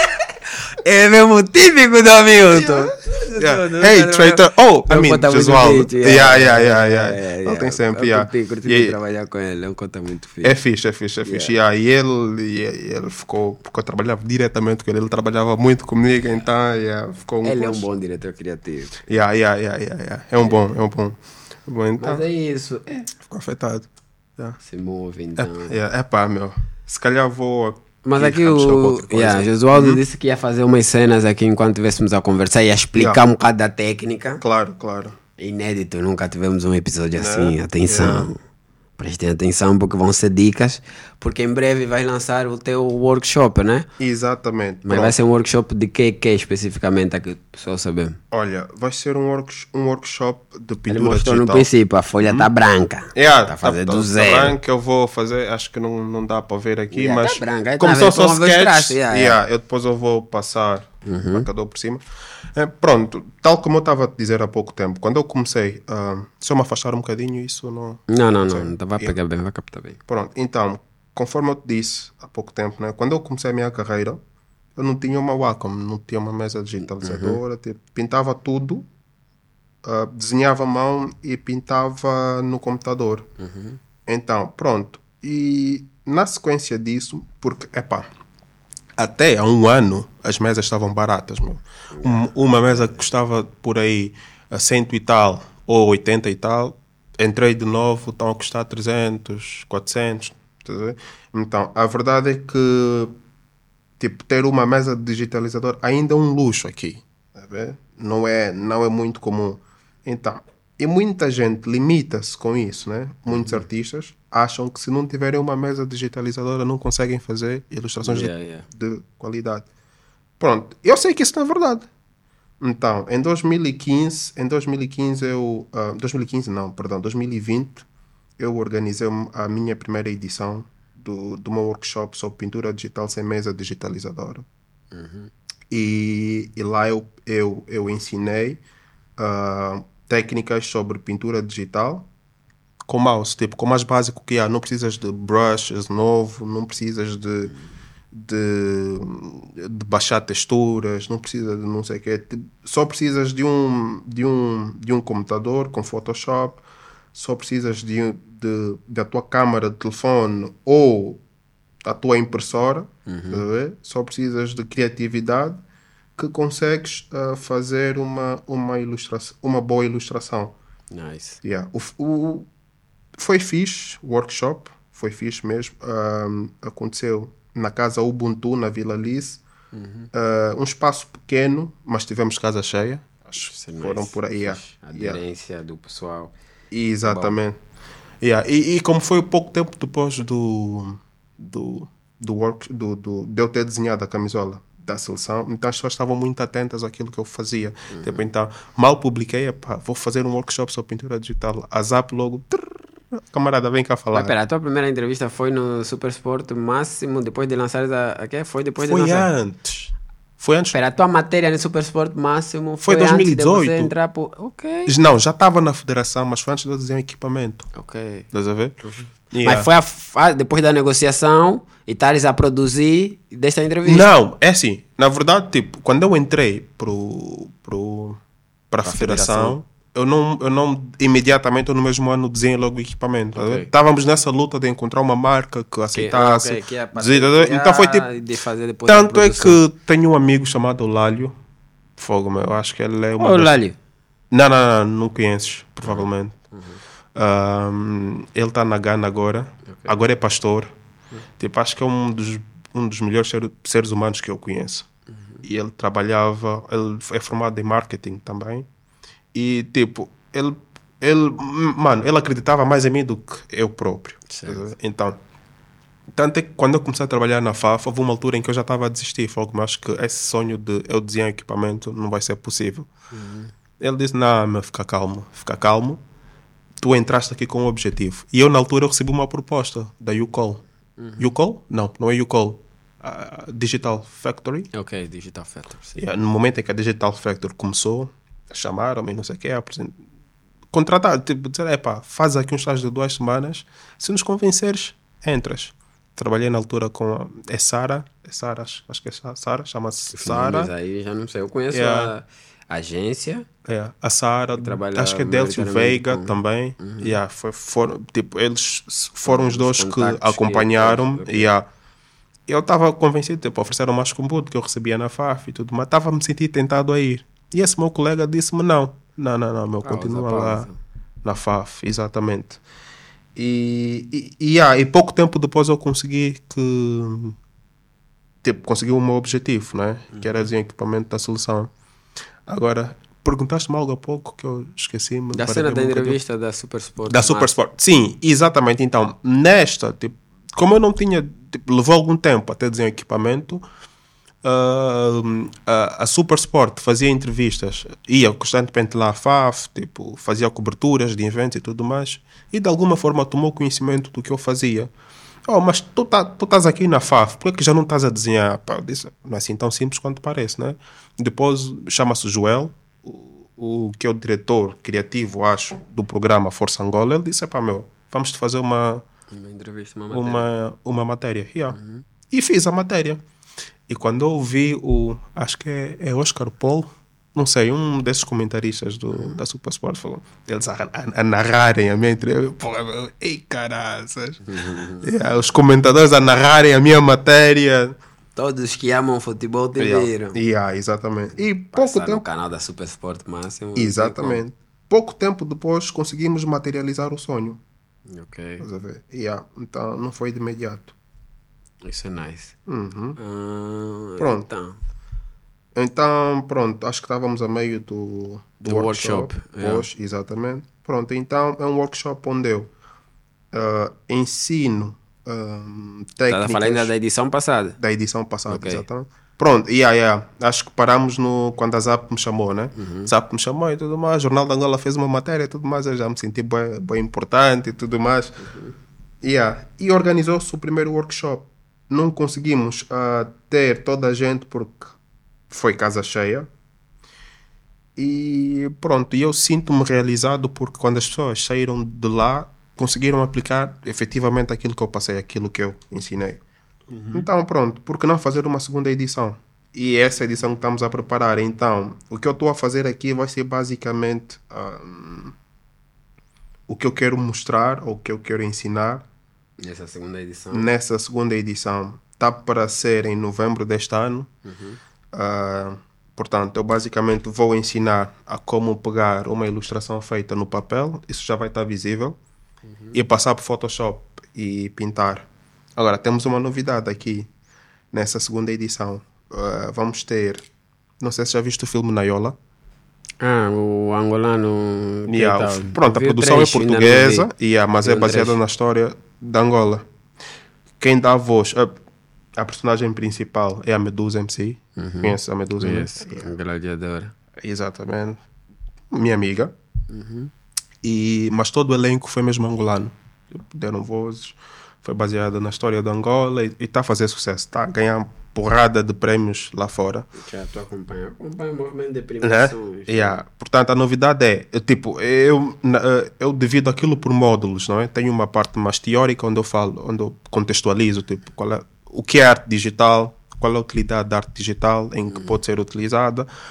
É mesmo típico do Hamilton. Yeah. Yeah. Hey, traitor. Oh, I mean, Jesualdo. Yeah, yeah, yeah, yeah. Ele tem sempre, yeah. Eu curti, curti trabalhar com ele, é um conta muito fixe. É fixe, é fixe, é fixe. Yeah. Yeah. E ele, e ele ficou, porque eu trabalhava diretamente com ele, ele trabalhava muito comigo, então, yeah, ficou um Ele é um bom diretor criativo. Yeah, yeah, yeah, yeah, yeah. É um bom, é um bom. bom então, Mas é isso. É. Ficou afetado. Yeah. Se move, então. É, yeah, é pá, meu. Se calhar vou... Mas aqui o yeah, Jesualdo uhum. disse que ia fazer umas cenas aqui enquanto estivéssemos a conversar, ia explicar yeah. um bocado da técnica. Claro, claro. Inédito, nunca tivemos um episódio assim. Atenção, yeah. prestem atenção porque vão ser dicas. Porque em breve vais lançar o teu workshop, né? Exatamente. Mas Pronto. vai ser um workshop de que, que especificamente aqui, pessoal saber? Olha, vai ser um, work, um workshop de pintura Ele mostrou digital. No princípio, a folha está hum. branca. Está yeah, a fazer tá, do tá, zero. Tá branca, eu vou fazer, acho que não, não dá para ver aqui, yeah, mas tá branca, como tá são só sketches, yeah, yeah, yeah. eu depois eu vou passar uhum. o marcador por cima. É, pronto, tal como eu estava a dizer há pouco tempo, quando eu comecei, uh, se eu me afastar um bocadinho, isso não... Não, não, não, não, não vai pegar yeah. bem, vai captar bem. Pronto, então... Conforme eu te disse há pouco tempo, né? Quando eu comecei a minha carreira, eu não tinha uma Wacom, não tinha uma mesa digitalizadora, uhum. tipo, pintava tudo, uh, desenhava à mão e pintava no computador. Uhum. Então, pronto. E na sequência disso, porque, epá, até há um ano as mesas estavam baratas, meu. Um, uma mesa que custava por aí a cento e tal, ou oitenta e tal, entrei de novo, estão a custar trezentos, quatrocentos. Então, a verdade é que tipo, ter uma mesa digitalizadora ainda é um luxo aqui. Tá vendo? Não, é, não é muito comum. Então, e muita gente limita-se com isso, né? Muitos uhum. artistas acham que se não tiverem uma mesa digitalizadora não conseguem fazer ilustrações yeah, de, yeah. de qualidade. Pronto, eu sei que isso não é verdade. Então, em dois mil e quinze, em dois mil e quinze eu... Uh, dois mil e quinze não, perdão, dois mil e vinte... eu organizei a minha primeira edição do, do meu workshop sobre pintura digital sem mesa digitalizadora. Uhum. E, e lá eu, eu, eu ensinei uh, técnicas sobre pintura digital com mouse, tipo, com mais básico que há. Não precisas de brushes novo, não precisas de, de, de baixar texturas, não precisas de não sei o quê. Só precisas de um, de um, de um computador com Photoshop. Só precisas de, de, da tua câmara de telefone ou da tua impressora. Uhum. Só precisas de criatividade que consegues uh, fazer uma, uma, ilustração, uma boa ilustração. Nice. Yeah. O, o, foi fixe, o workshop, foi fixe mesmo. Um, aconteceu na casa Ubuntu, na Vila Alice. Uhum. Uh, um espaço pequeno, mas tivemos casa cheia. Acho que foram nice. Por aí. Yeah. A aderência yeah. do pessoal. Exatamente. Yeah. E, e como foi pouco tempo depois do, do, do, work, do, do, de eu ter desenhado a camisola da seleção, então as pessoas estavam muito atentas àquilo que eu fazia. Uhum. Tipo, então, mal publiquei, epá, vou fazer um workshop sobre pintura digital. A Zap logo, trrr, camarada, vem cá falar. Mas pera, a tua primeira entrevista foi no Super Sport Máximo, depois de lançar a... a quê? Foi depois foi de lançar? antes. Foi antes. Espera, a tua matéria no Super Sport Máximo foi, foi dois mil e dezoito. Antes de você entrar por... Ok. Não, já estava na federação, mas foi antes de eu desenhar equipamento. Ok. Estás a ver? Uhum. Yeah. Mas foi a, a, depois da negociação e estares a produzir desta entrevista? Não, é assim. Na verdade, tipo, quando eu entrei pro, pro, para a federação, federação, eu não, eu não imediatamente no mesmo ano desenhei logo o equipamento. Ok. Estávamos nessa luta de encontrar uma marca que aceitasse. Que, okay, que é Dizer- então foi tipo. de fazer depois a Tanto é produção. que tenho um amigo chamado Lálio. Fogo, meu. Eu acho que ele é uma. Ô, das- Lálio. Não, não, não, não conheces, provavelmente. Um, ele está na Gana agora. Agora é pastor. Tipo, acho que é um dos, um dos melhores ser- seres humanos que eu conheço. E ele trabalhava, ele é formado em marketing também. E tipo, ele, ele, mano, ele acreditava mais em mim do que eu próprio. Certo. Então, tanto é que quando eu comecei a trabalhar na F A F, houve uma altura em que eu já estava a desistir. Falei, mas acho que esse sonho de eu desenhar equipamento não vai ser possível. Ele disse, não, meu, fica calmo, fica calmo. Tu entraste aqui com um objetivo. E eu, na altura, eu recebi uma proposta da U-Call. U-Call? Não, não é U-Call. Uh, Digital Factory. Ok, Digital Factory. Sim. Yeah, no momento em que a Digital Factory começou, chamaram-me, não sei o que, apresent... contratar, tipo, dizer, epá, faz aqui um estágio de duas semanas, se nos convenceres, entras. Trabalhei na altura com a é Sara, é Sara, acho acho que é Sara, chama-se Mas Sara. aí já não sei. Eu conheço Yeah. a agência. É, a Sara, trabalha acho que é Delcio maioritariamente Veiga com- também. Yeah, foi, foram, tipo, eles foram os Os dois que contactos que- acompanharam-me. ok. Yeah. Eu estava convencido, tipo, ofereceram mais combudo que eu recebia na F A F e tudo, mas estava a me sentir tentado a ir. E esse meu colega disse-me: não, não, não, não, meu, Pausa, continua pausa. lá na F A F, exatamente. E, e, e, yeah, e pouco tempo depois eu consegui que. Tipo, consegui o meu objetivo, né? Que era desenhar equipamento da solução. Agora, perguntaste-me algo há pouco que eu esqueci-me. Da perdi cena um da bocadinho. entrevista da Super Sport. Da Super Sport. Sim, exatamente. Então, nesta, tipo, como eu não tinha, tipo, levou algum tempo até desenhar equipamento, ah, a, a Super Sport fazia entrevistas, ia constantemente lá à F A F, tipo, fazia coberturas de eventos e tudo mais, e de alguma forma tomou conhecimento do que eu fazia. Oh, mas tu, tá, tu estás aqui na F A F, por que, que já não estás a desenhar? Pá, eu disse, não é assim tão simples quanto parece, né? Depois chama-se Joel, o, o que é o diretor criativo, acho, do programa Força Angola. Ele disse, pá, meu, vamos te fazer uma, Uma entrevista, uma matéria. uma, uma matéria. Yeah. E fiz a matéria. E quando eu ouvi o, acho que é, é Oscar Paul, não sei, um desses comentaristas do, da Super Sport, falou, eles a, a, a narrarem a minha entrevista, porra, meu, ei caraças. Yeah, os comentadores a narrarem a minha matéria. Todos que amam futebol te Yeah, viram. yeah, exatamente. E pouco Passar no tempo, canal da Super Sport Máximo. exatamente. Pouco tempo depois conseguimos materializar o sonho. Ok. Estás a ver? Yeah, então não foi de imediato. Isso é nice. Uhum. Ah, Pronto. Então, Então, pronto, acho que estávamos a meio do, do, Do workshop. workshop, yeah. Pois, exatamente. Pronto, então é um workshop onde eu ah, ensino um, estás técnicas a falar ainda da edição passada? da edição passada, Ok. exatamente. Pronto, yeah, yeah. Acho que paramos no, quando a Zap me chamou, né? Uhum. Zap me chamou e tudo mais, o Jornal da Angola fez uma matéria e tudo mais, eu já me senti bem, bem importante e tudo mais. Uhum. Yeah. E organizou-se o primeiro workshop. Não conseguimos ah, ter toda a gente porque foi casa cheia. E pronto, e eu sinto-me realizado porque quando as pessoas saíram de lá, conseguiram aplicar efetivamente aquilo que eu passei, aquilo que eu ensinei. Então pronto, por que não fazer uma segunda edição? E essa edição que estamos a preparar, então, o que eu estou a fazer aqui vai ser basicamente hum, o que eu quero mostrar ou o que eu quero ensinar Nessa segunda edição. nessa segunda edição. Está para ser em novembro deste ano. Ah, portanto, eu basicamente vou ensinar a como pegar uma ilustração feita no papel, isso já vai estar visível, e passar por Photoshop e pintar. Agora, temos uma novidade aqui nessa segunda edição. Ah, vamos ter, não sei se já viste o filme Naiola. Ah, o angolano. que Yeah, tal? pronto, a Vi o produção trecho, é ainda não portuguesa, vi. yeah, mas Vi é um baseada trecho. na história de Angola. Quem dá a voz, a, a personagem principal é a Medusa M C. Conhece a Medusa? né? Yes, gladiadora. Exatamente. Minha amiga. E, mas todo o elenco foi mesmo angolano. Deram vozes. Foi baseada na história de Angola e está a fazer sucesso. Está a ganhar porrada de prémios lá fora. Já estou acompanhando. Acompanho o movimento de Né? premiações. Yeah. Portanto, a novidade é, eu, tipo, eu, na- eh, eu divido aquilo por módulos, não é? Tenho uma parte mais teórica onde eu falo, onde eu contextualizo, tipo, qual é, o que é arte digital, qual é a utilidade da arte digital, em que pode ser utilizada.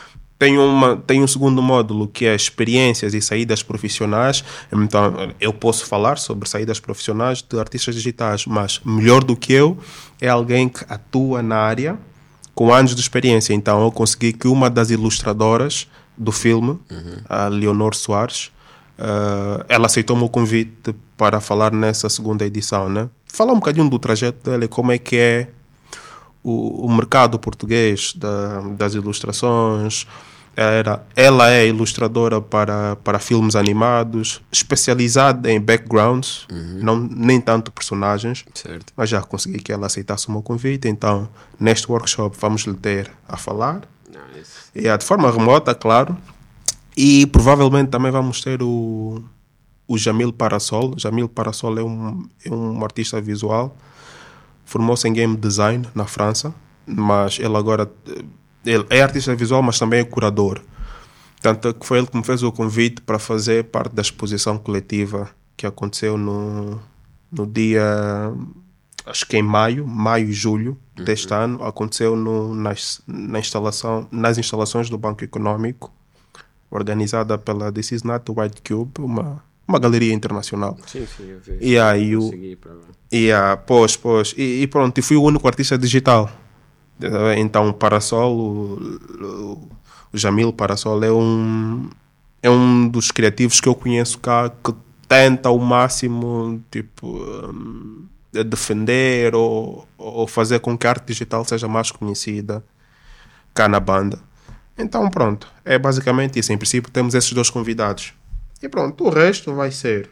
tem, uma, tem um segundo módulo que é experiências e saídas profissionais. Então, eu posso falar sobre saídas profissionais de artistas digitais, mas melhor do que eu é alguém que atua na área com anos de experiência. Então, eu consegui que uma das ilustradoras do filme, uhum. a Leonor Soares, uh, ela aceitou o meu convite para falar nessa segunda edição, né? Falar um bocadinho do trajeto dela e como é que é o, o mercado português da, das ilustrações. Era, ela é ilustradora para, para filmes animados, especializada em backgrounds, uhum. não, nem tanto personagens, certo. Mas já consegui que ela aceitasse o meu convite. Então, neste workshop, vamos lhe ter a falar. Nice. E é de forma remota, claro. E provavelmente também vamos ter o, o Jamil Parasol. Jamil Parasol é um, é um artista visual. Formou-se em game design na França, mas ele agora ele é artista visual, mas também é curador. Tanto que foi ele que me fez o convite para fazer parte da exposição coletiva que aconteceu no, no dia, acho que em maio, maio e julho uhum. deste ano. Aconteceu no, nas, na instalação, nas instalações do Banco Econômico, organizada pela This Is Not the White Cube, uma, uma galeria internacional. Sim, sim, eu vi. E aí, o, e a, pois, pois, e, e pronto, e fui o único artista digital. Então, o Parasol, o, o, o Jamil Parasol é um, é um dos criativos que eu conheço cá que tenta ao máximo tipo, um, defender ou, ou fazer com que a arte digital seja mais conhecida cá na banda. Então, pronto, é basicamente isso. Em princípio, temos esses dois convidados. E pronto, o resto vai ser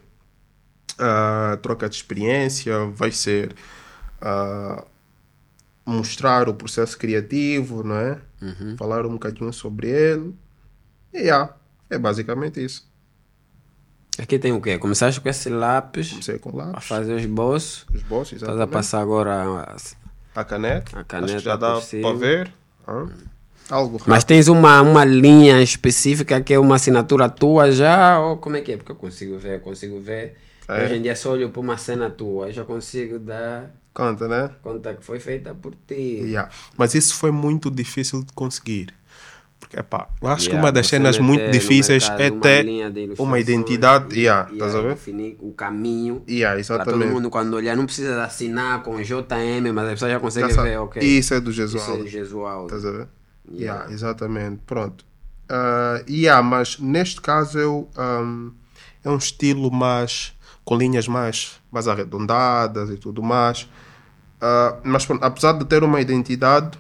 uh, troca de experiência, vai ser uh, mostrar o processo criativo, não é? Uhum. Falar um bocadinho sobre ele. E yeah, é basicamente isso. Aqui tem o quê? Começaste com esse lápis. Comecei com lápis. A fazer os bolsos. Os bolsos, exatamente. Estás a passar agora a, a caneta. A caneta. Acho que já dá para ver. Ah. Algo rápido. Mas tens uma, uma linha específica que é uma assinatura tua já? Ou como é que é? Porque eu consigo ver, eu consigo ver. É. Hoje em dia só olho para uma cena tua, eu já consigo dar conta, né? Conta que foi feita por ti. Yeah. Mas isso foi muito difícil de conseguir. Porque, epá, eu acho yeah, que uma das cenas muito difíceis é ter uma identidade. Yeah, e estás a ver? Definir o caminho. Yeah, para todo mundo, quando olhar, não precisa assinar com J M, mas a pessoa já consegue já ver, ok. Isso é do Gesualdo. Isso é do Gesualdo. Estás a ver? Yeah. Yeah, exatamente. Pronto. Uh, yeah, mas neste caso eu, um, é um estilo mais com linhas mais, mais arredondadas e tudo mais. Uh, mas pronto, apesar de ter uma identidade,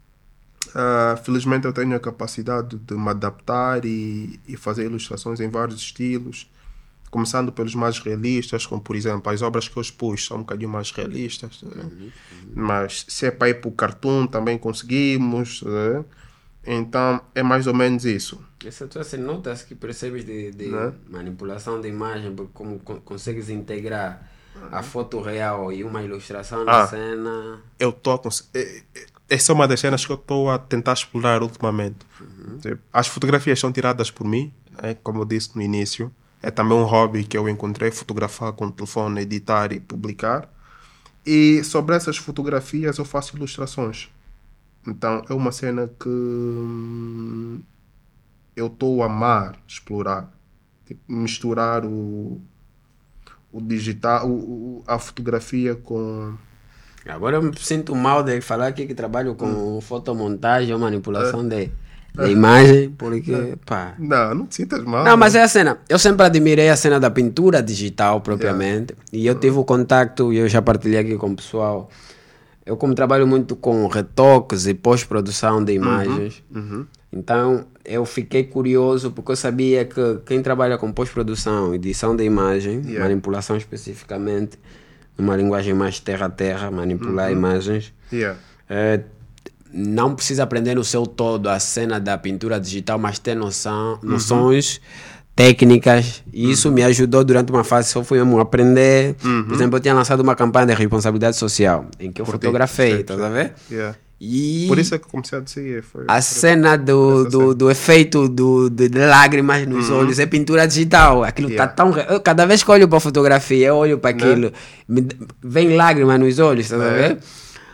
uh, felizmente eu tenho a capacidade de me adaptar e, e fazer ilustrações em vários estilos, começando pelos mais realistas, como por exemplo as obras que eu expus são um bocadinho mais realistas, uhum, uhum. Mas se é para ir para o cartoon também conseguimos, né? Então é mais ou menos isso. Essa tua se notas que percebes de, de né? manipulação de imagem, porque como consegues integrar a foto real e uma ilustração na ah, cena. Eu estou a cons... Essa é uma das cenas que eu estou a tentar explorar ultimamente. Uhum. As fotografias são tiradas por mim, né? Como eu disse no início. É também um hobby que eu encontrei, fotografar com o telefone, editar e publicar. E sobre essas fotografias eu faço ilustrações. Então é uma cena que hum, eu estou a amar explorar. Tipo, misturar o, o digital, o, o, a fotografia com... Agora eu me sinto mal de falar aqui que trabalho com hum. fotomontagem ou manipulação é. de, de imagem, porque é. pá... Não, não te sintas mal. Não, mas é a cena. Eu sempre admirei a cena da pintura digital propriamente. Yeah. E eu tive o contato, e eu já partilhei aqui com o pessoal. Eu como trabalho muito com retoques e pós-produção de imagens, uhum. Uhum. então eu fiquei curioso porque eu sabia que quem trabalha com pós-produção, edição de imagem, yeah. manipulação especificamente, numa linguagem mais terra a terra, manipular uhum. imagens, yeah. é, não precisa aprender no seu todo a cena da pintura digital, mas ter noção, noções uhum. técnicas, e isso uhum. me ajudou durante uma fase que eu fui mesmo aprender. Uhum. Por exemplo, eu tinha lançado uma campanha de responsabilidade social em que eu Por fotografei, tá a ver? Yeah. E por isso é que comecei a seguir. Foi, a cena do, do, do efeito do, do, de lágrimas nos uhum. olhos é pintura digital. Aquilo yeah. tá tão... Eu, cada vez que olho para a fotografia, eu olho para aquilo, me, vem lágrimas nos olhos, tá a ver?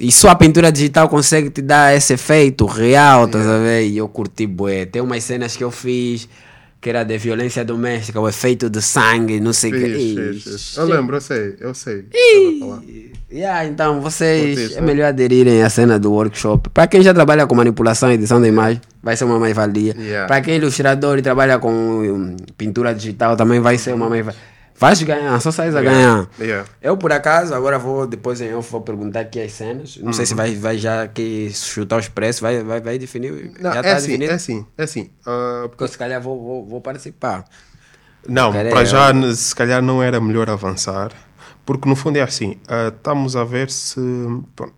E só a pintura digital consegue te dar esse efeito real, tá yeah. a ver? E eu curti bué. Tem umas cenas que eu fiz que era de violência doméstica, o efeito de sangue, não sei o que. Eu lembro, eu sei, eu sei. E... Yeah, então vocês isso, é melhor aderirem à cena do workshop. Para quem já trabalha com manipulação e edição de imagem, vai ser uma mais-valia. Yeah. Para quem é ilustrador e trabalha com um, pintura digital, também vai ser uma mais-valia. Vais ganhar, só sais a yeah. ganhar. Yeah. Eu, por acaso, agora vou, depois eu vou perguntar aqui as cenas. Não uhum. sei se vai, vai já que chutar os preços, vai, vai, vai definir. Não, já é, tá assim, definido? é assim, é assim. Uh, porque eu, se calhar vou, vou, vou participar. Não, para já, eu... se calhar não era melhor avançar. Porque no fundo é assim, uh, estamos a ver se... Pronto,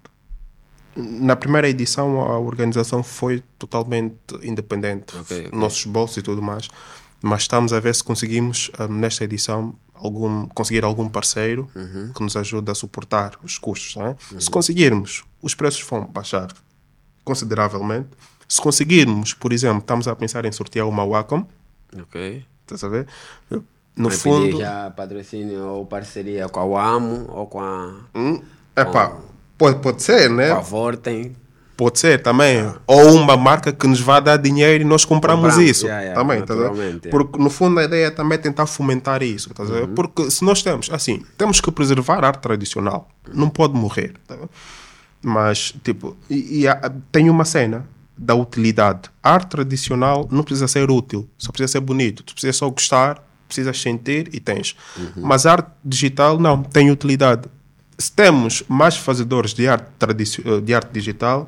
na primeira edição a organização foi totalmente independente. Okay, okay. Nossos bolsos e tudo mais. Mas estamos a ver se conseguimos, uh, nesta edição, algum, conseguir algum parceiro uhum. que nos ajude a suportar os custos. Não é? Uhum. Se conseguirmos, os preços vão baixar consideravelmente. Se conseguirmos, por exemplo, estamos a pensar em sortear uma Wacom. Ok. Estás a ver? No vai fundo... pedir já patrocínio ou parceria com a Wamo ou com a... Hum, epá, com, pode, pode ser, né? Com a Vorten. Pode ser também. Ah. Ou uma marca que nos vai dar dinheiro e nós compramos, compramos. isso. Yeah, yeah, também, tá yeah. Porque no fundo a ideia é também tentar fomentar isso. Tá uhum. Porque se nós temos, assim, temos que preservar a arte tradicional. Uhum. Não pode morrer. Tá? Mas, tipo, e, e a, tem uma cena da utilidade. A arte tradicional não precisa ser útil, só precisa ser bonito. Tu precisa só gostar, precisas sentir e tens. Uhum. Mas a arte digital não, tem utilidade. Se temos mais fazedores de arte, tradici- de arte digital,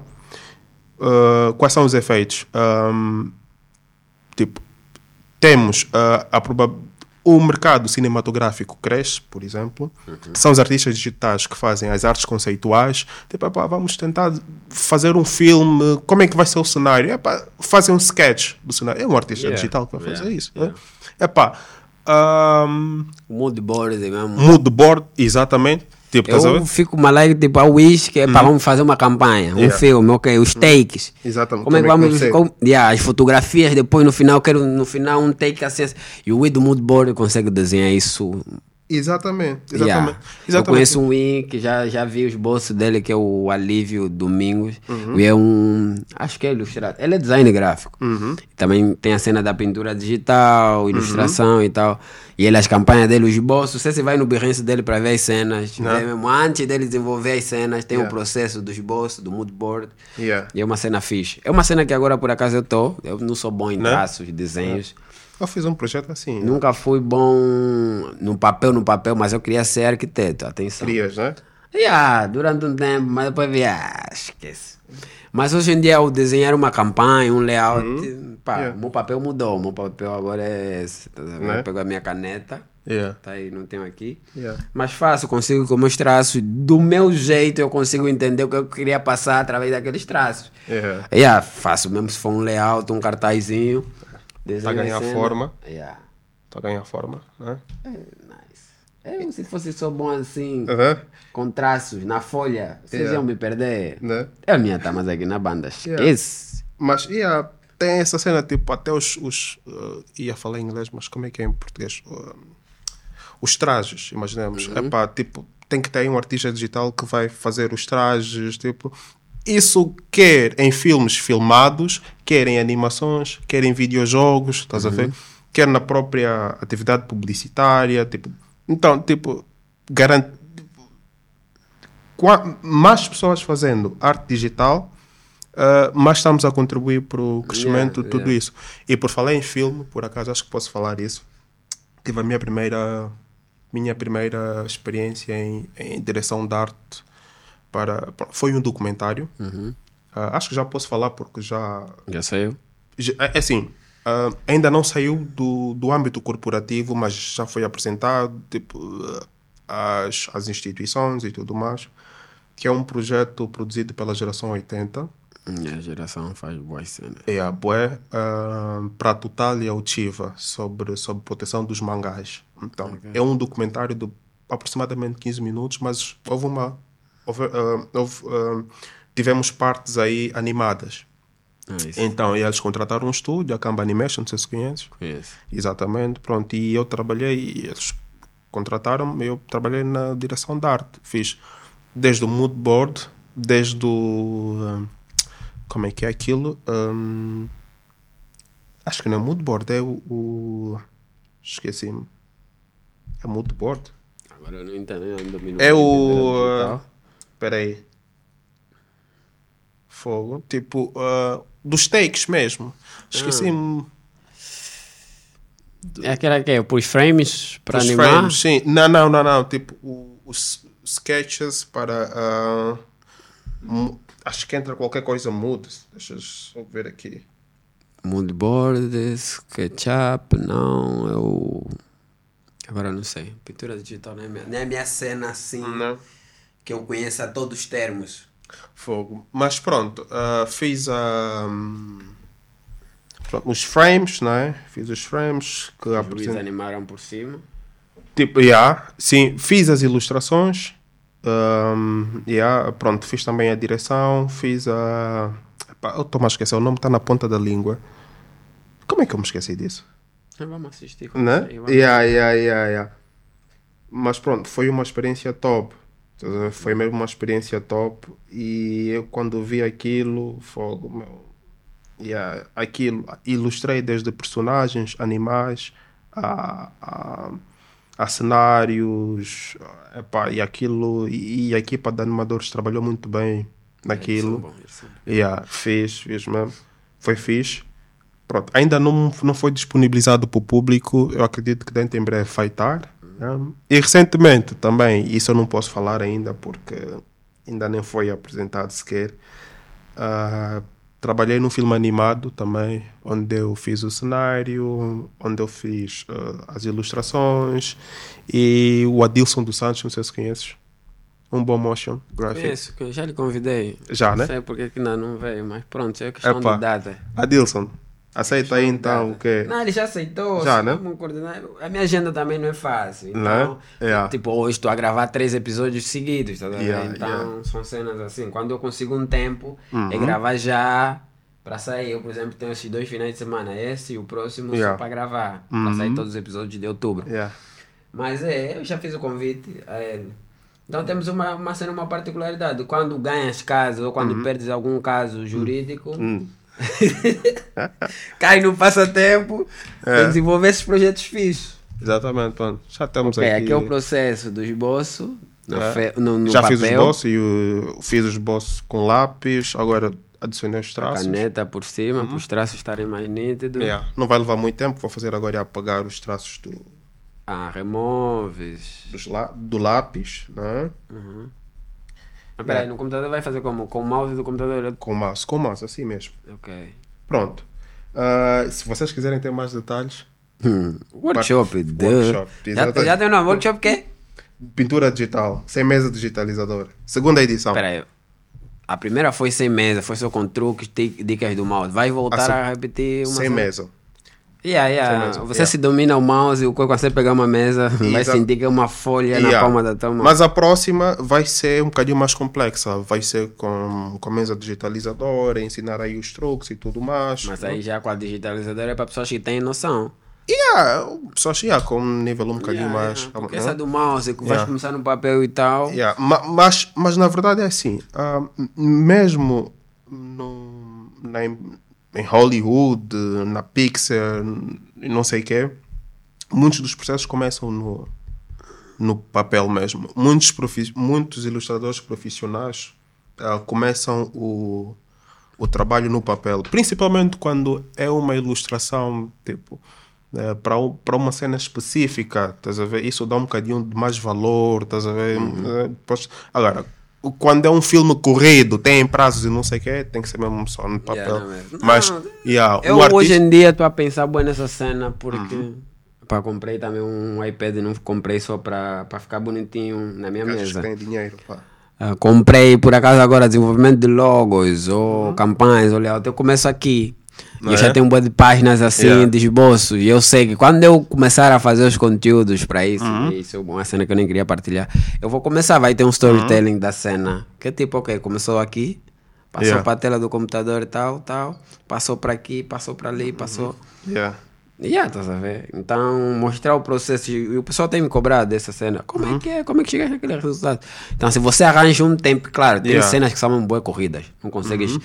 uh, quais são os efeitos? Um, tipo, temos uh, a probabilidade. O mercado cinematográfico cresce, por exemplo. Uhum. São os artistas digitais que fazem as artes conceituais. Tipo, epá, vamos tentar fazer um filme. Como é que vai ser o cenário? Epá, fazer um sketch do cenário. É um artista yeah. digital que vai yeah. fazer isso. Yeah. Né? Epá, um, mood board, mesmo. Mood board, exatamente. Tipo, eu fico maluco, tipo, a Wish, que é para uhum. vamos fazer uma campanha, um yeah. filme, ok, os takes. Uhum. Exatamente. Como é que vamos... Como, yeah, as fotografias, depois no final, quero no final um take assim. E o Wii do mood board consegue desenhar isso. Exatamente, exatamente. Yeah. exatamente. Eu conheço um Wii que já, já vi os bolsos dele, que é o Alívio Domingos. Uhum. E é um... Acho que é ilustrado. Ele é design gráfico. Uhum. Também tem a cena da pintura digital, ilustração uhum. e tal. E ele, as campanhas dele, os bolsos, você vai no Behance dele para ver as cenas. Mesmo antes dele desenvolver as cenas, tem o yeah. um processo dos bolsos, do mood board. Yeah. E é uma cena fixe. É uma cena que agora, por acaso, eu tô. Eu não sou bom em não? traços, desenhos. Yeah. Eu fiz um projeto assim. Nunca fui bom no papel, no papel, mas eu queria ser arquiteto, atenção. Querias, né? Yeah, durante um tempo, mas depois vi, ah, esquece. Mas hoje em dia, ao desenhar uma campanha, um layout, uhum. pá, yeah. meu papel mudou. Meu papel agora é esse. Tá vendo? Eu pego a minha caneta, yeah. tá aí, não tenho aqui. Yeah. Mas faço, consigo com meus traços, do meu jeito, eu consigo entender o que eu queria passar através daqueles traços. Yeah. Yeah, faço mesmo se for um layout, um cartazinho. Está a ganhar cena. forma. Yeah. Está a ganhar forma, né? É, nice. Eu, se fosse só bom assim, uh-huh. com traços na folha, vocês yeah. iam me perder. Né? Eu minha tá mais aqui na banda, esquece. Yeah. Mas yeah, tem essa cena, tipo, até os... os uh, ia falar em inglês, mas como é que é em português? Uh, os trajes, imaginemos. Uhum. Epá, tipo, tem que ter um artista digital que vai fazer os trajes, tipo... Isso quer em filmes filmados, quer em animações, quer em videojogos, estás uhum. a ver? Quer na própria atividade publicitária, tipo... Então, tipo, garante... mais pessoas fazendo arte digital, uh, mais estamos a contribuir para o crescimento yeah, de tudo yeah. isso. E por falar em filme, por acaso, acho que posso falar isso. Tive a minha primeira, minha primeira experiência em, em direção de arte. Para, foi um documentário. Uhum. Uh, acho que já posso falar porque já... Já saiu? É assim, uh, ainda não saiu do, do âmbito corporativo, mas já foi apresentado tipo, uh, às, às instituições e tudo mais, que é um projeto produzido pela Geração oitenta. A geração faz boas cenas. É a boé uh, para a Total e a Uchiva sobre, sobre proteção dos mangás. Então, okay. é um documentário de aproximadamente quinze minutos, mas houve uma... Houve, uh, houve, uh, tivemos partes aí animadas. Ah, então eles contrataram um estúdio, a Kamba Animation, não sei se conheces. Conheço. Exatamente, pronto, e eu trabalhei, e eles contrataram-me, eu trabalhei na direção de arte. Fiz desde o mood board desde o... um, como é que é aquilo? Um, acho que não é moodboard, é o... o esqueci-me. É moodboard? Agora eu não entendo, eu não domino É muito o... digital. Uh, espera aí. Fogo. Tipo, uh, dos takes mesmo. Esqueci-me. É aquela que é os frames para Os animar? frames, sim. Não, não, não, não. Tipo, o- os sketches para... uh, mu- acho que entra qualquer coisa muda. Deixa eu só ver aqui. Moodboard, SketchUp, não, eu... Agora eu não sei. Pintura digital não é minha, não é minha cena assim, Não. que eu conheça todos os termos. Fogo. Mas pronto, uh, fiz a... pronto, os frames, não é? Fiz os frames que Os juízes apresentam... animaram por cima. Tipo, yeah, sim, fiz as ilustrações. Um, yeah, pronto, fiz também a direção. Fiz a... Epá, eu estou-me a esquecer, o nome está na ponta da língua. Como é que eu me esqueci disso? Ah, vamos assistir. Né? Sei, vamos. Yeah, yeah, yeah, yeah. Mas pronto, foi uma experiência top. Estás a ver? Foi mesmo uma experiência top. E eu, quando vi aquilo, fogo, meu. Yeah, aquilo, ilustrei desde personagens, animais, a, a, a cenários. Epá, e aquilo. E, e a equipa de animadores trabalhou muito bem naquilo. Eles são bons, eles são bons. Yeah, fiz, fiz mesmo. Foi fixe. Pronto, ainda não, não foi disponibilizado para o público. Eu acredito que dentro em breve vai estar. Né? E recentemente também, isso eu não posso falar ainda porque ainda nem foi apresentado sequer. Ah, trabalhei num filme animado também, onde eu fiz o cenário, onde eu fiz ah, as ilustrações. E o Adilson dos Santos, não sei se conheces. Um bom motion graphic. Conheço, que eu já lhe convidei. Já, Não né? sei porque que ainda não veio, mas pronto, é questão Epá. de data. Adilson, aceita aí então o Data. quê? Não, ele já aceitou. Já, só né? vamos coordenar. A minha agenda também não é fácil. Então, Né? Yeah. tipo, hoje estou a gravar três episódios seguidos, tá vendo? Yeah, Então, yeah. são cenas assim. Quando eu consigo um tempo, Uhum. é gravar já para sair. Eu, por exemplo, tenho esses dois finais de semana. Esse e o próximo Yeah. só para gravar. Uhum. Para sair todos os episódios de outubro. Yeah. Mas é, eu já fiz o convite a ele. Então temos uma, uma cena, uma particularidade. Quando ganhas casos ou quando perdes algum caso jurídico, Hum. cai no passatempo É. e desenvolver esses projetos fixos. Exatamente, pronto. Já estamos Ok, aqui. aqui é o processo do esboço no, É. fe- no, no Já papel, fiz os esboços e o- fiz os esboços com lápis, agora adicionei os traços. caneta por cima, para os traços estarem mais nítidos. Yeah. Não vai levar muito tempo, vou fazer agora é apagar os traços do, Ah, removes. dos lá- do lápis, né? Mas peraí, É. no computador vai fazer como? Com o mouse do computador? Com mouse, com mouse, assim mesmo. Ok. Pronto. Ah, se vocês quiserem ter mais detalhes, Hum. Workshop, duh. Workshop, Já, exatamente. já tem o nome, workshop o quê? pintura digital, sem mesa digitalizadora. Segunda edição. Peraí. A primeira foi sem mesa, foi só com truques, tic- dicas do mouse. Vai voltar Ah, se- a repetir uma Sem cena? mesa. Yeah, yeah. Sem mesa, Você yeah. se domina o mouse e o quando você pegar uma mesa, vai Exa- sentir que é uma folha na Yeah. palma da tua mão. Mas a próxima vai ser um bocadinho mais complexa. Vai ser com, com mesa digitalizadora, ensinar aí os truques e tudo mais. Mas aí já com a digitalizadora é para pessoas que têm noção. Yeah, só chegar com um nível um bocadinho Yeah, mais. yeah. Porque né? essa do mouse, que vais Yeah. começar no papel e tal. Yeah, ma- Mas, mas na verdade é assim. ah, m- mesmo no, na, em Hollywood, na Pixar, e não sei o quê, muitos dos processos começam no, no papel mesmo. Muitos, profi- muitos ilustradores profissionais ah, começam o, o trabalho no papel, principalmente quando é uma ilustração tipo eh, para um, para uma cena específica, estás a ver? Isso dá um bocadinho de mais valor, estás a ver? Eh, depois- agora, o- quando é um filme corrido, tem prazos e não sei o quê, tem que ser mesmo só no papel. Yeah, não mesmo. Mas, Não, yeah, Eu o artista... hoje em dia estou a pensar bem nessa cena porque pá, comprei também um iPad e não comprei só para ficar bonitinho na minha Gajos mesa. que têm dinheiro, pá. Ah, comprei por acaso agora desenvolvimento de logos ou Uhum. campanhas, olha, eu começo aqui. E Não eu é? já tenho um monte de páginas assim, Yeah. de esboços. E eu sei que quando eu começar a fazer os conteúdos para isso, Uhum. e isso é uma cena que eu nem queria partilhar, eu vou começar, vai ter um storytelling da cena. Que é tipo, ok, começou aqui, passou Yeah. para a tela do computador e tal, tal, passou para aqui, passou para ali, passou. Yeah. Yeah, estás a ver? Então, mostrar o processo. E o pessoal tem me cobrado dessa cena. Como Uhum. é que é? Como é que chegaste naquele resultado? Então, se você arranja um tempo, claro, tem Yeah. cenas que são boas corridas. Não consegues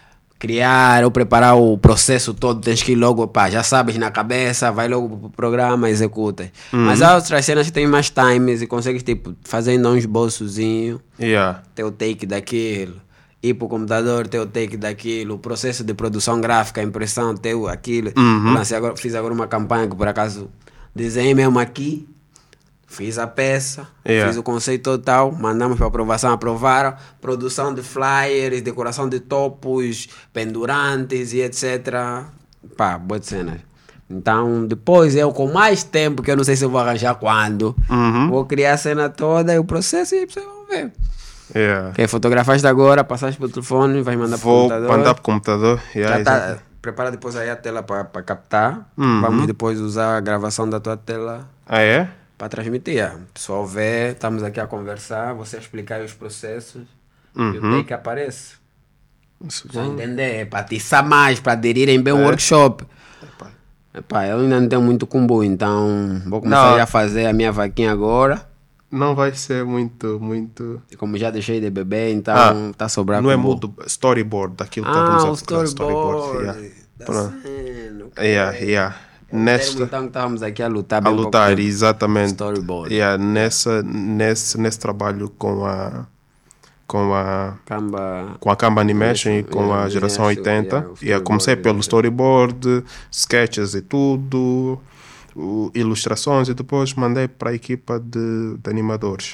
criar ou preparar o processo todo. Tens que ir logo, pá, já sabes na cabeça, vai logo pro programa, executa. Mas há outras cenas que têm mais times e consegues, tipo, fazendo um esboçozinho, Yeah. teu take daquilo. Ir pro computador, teu take daquilo, o processo de produção gráfica, a impressão, teu aquilo. Eu lancei agora, fiz agora uma campanha que por acaso desenhei mesmo aqui, fiz a peça, Yeah. fiz o conceito total, mandamos para aprovação, aprovaram, produção de flyers, decoração de topos, pendurantes e etcétera. Pá, boas cenas. Então, depois eu com mais tempo, que eu não sei se eu vou arranjar quando, Uhum. vou criar a cena toda e o processo e vocês vão ver. Yeah. Que fotografaste agora, passaste pro telefone, vais mandar pro Vou computador. mandar pro computador. Yeah, Já tá, exato. prepara depois aí a tela para captar. Uhum. Vamos depois usar a gravação da tua tela Ah, é? para transmitir. O pessoal vê, estamos aqui a conversar, você explicar aí os processos e o Uhum. take aparece. Isso Já já- entender, para atiçar mais, para aderirem bem o É. workshop. Epá. Epá, eu ainda não tenho muito combo, então vou começar Não. já a fazer a minha vaquinha agora. Não vai ser muito, muito... E como já deixei de beber, então Ah, tá sobrando. Não é combo. muito storyboard daquilo que Ah, estamos o a fazer. storyboard. yeah. Da Pronto. cena, ok. Yeah, yeah. É um Nesta... termo, então que estávamos aqui a lutar A bem pouco lutar, tempo. exatamente. Storyboard. Yeah, nessa, nesse, nesse trabalho com a... Com a... Camba. com a Canva Animation e com Yeah, a geração yeah, oitenta. yeah, o E eu comecei storyboard, pelo yeah. storyboard, sketches e tudo, o- ilustrações, e depois mandei para a equipa de, de animadores.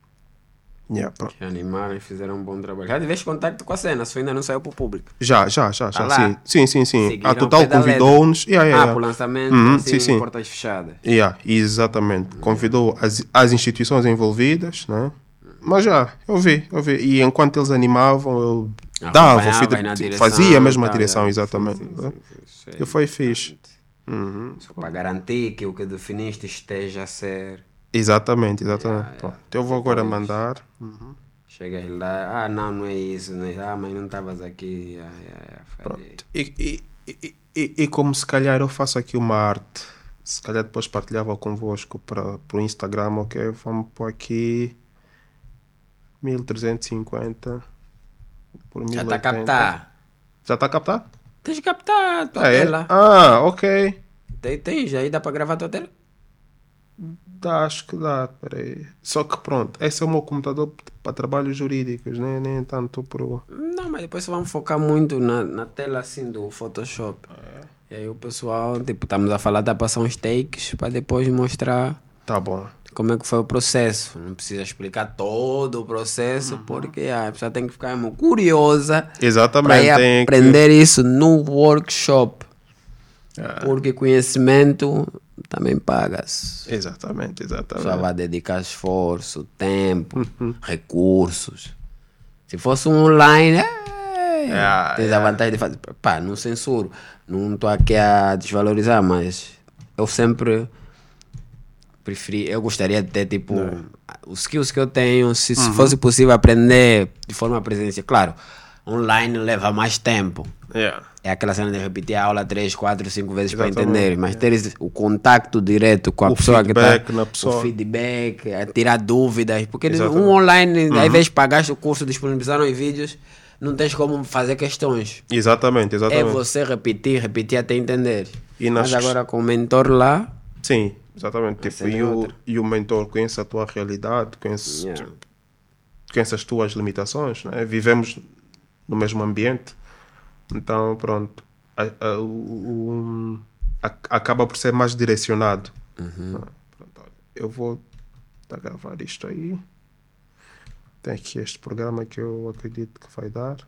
Yeah, pronto. Que animaram e fizeram um bom trabalho. Já tiveste contato com a cena, se ainda não saiu para o público. Já, já, já, já. Ah lá. sim, sim, sim. sim. Seguiram A Total ao pé da letra. convidou-nos. Yeah, yeah, Ah, yeah. para o lançamento, Uhum, assim, sim, sim. portas fechadas. Yeah, exatamente. Convidou as, as instituições envolvidas, né? Mas já, eu vi, eu vi. E enquanto eles animavam, eu dava, Acompanhava feedback, aí na direção fazia a mesma e tal, direção, yeah. exatamente. Sim, sim, sim, sim, sim. E foi fixe. Uhum. Só para garantir que o que definiste esteja a ser. Exatamente, exatamente. Yeah, Pronto. yeah. Eu vou agora Depois- mandar. Uhum. Chegas lá, ah, não, não é isso, não é. Ah, mas não estavas aqui. Yeah, yeah, yeah, falhei. Pronto. E, e, e, e, e como se calhar eu faço aqui uma arte, se calhar depois partilhava convosco para o Instagram, ok? Vamos pôr aqui mil trezentos e cinquenta por Já mil e está a oitenta. captar. Já está a captar? Tens de captar a tua Ah, é? tela. Ah, ok. Tem, tens, aí dá para gravar a tua tela? Dá, acho que dá, peraí. Só que pronto, esse é o meu computador para trabalhos jurídicos, nem, nem tanto pro... Não, mas depois vamos focar muito na, na tela assim do Photoshop. E aí o pessoal, tipo, estamos a falar da passar uns takes para depois mostrar Tá bom. como é que foi o processo. Não precisa explicar todo o processo, porque ah, a pessoa tem que ficar mesmo curiosa para Exatamente. ir tem que- aprender isso no workshop. Ah, Porque conhecimento também paga-se. exatamente, A pessoa exatamente. vai dedicar esforço, tempo, recursos. Se fosse um online, é, É, tens é. a vantagem de fazer. Pá, não censuro. Não estou aqui a desvalorizar, mas eu sempre preferi. Eu gostaria de ter, tipo, os skills que eu tenho. Se, se fosse possível aprender de forma presencial. Claro, online leva mais tempo. Yeah. É aquela cena de repetir a aula três, quatro, cinco vezes para Exatamente, entender. Mas ter esse- o contato direto com a O pessoa que está. feedback na pessoa. O feedback, a tirar dúvidas. Porque Exatamente. um online, às vezes pagaste o curso, disponibilizaram os vídeos, não tens como fazer questões. Exatamente, É exatamente. você repetir, repetir até entender. E nas- Mas agora com o mentor lá, Sim, exatamente. Tipo, cena é e, o, outra. e o mentor conhece a tua realidade, conhece, Yeah. tipo, conhece as tuas limitações, né? Vivemos no mesmo ambiente, então pronto. A- a- o- o- a- acaba por ser mais direcionado. Uhum. Ah, pronto, olha, eu vou tá, gravar isto aí. Tem aqui este programa que eu acredito que vai dar.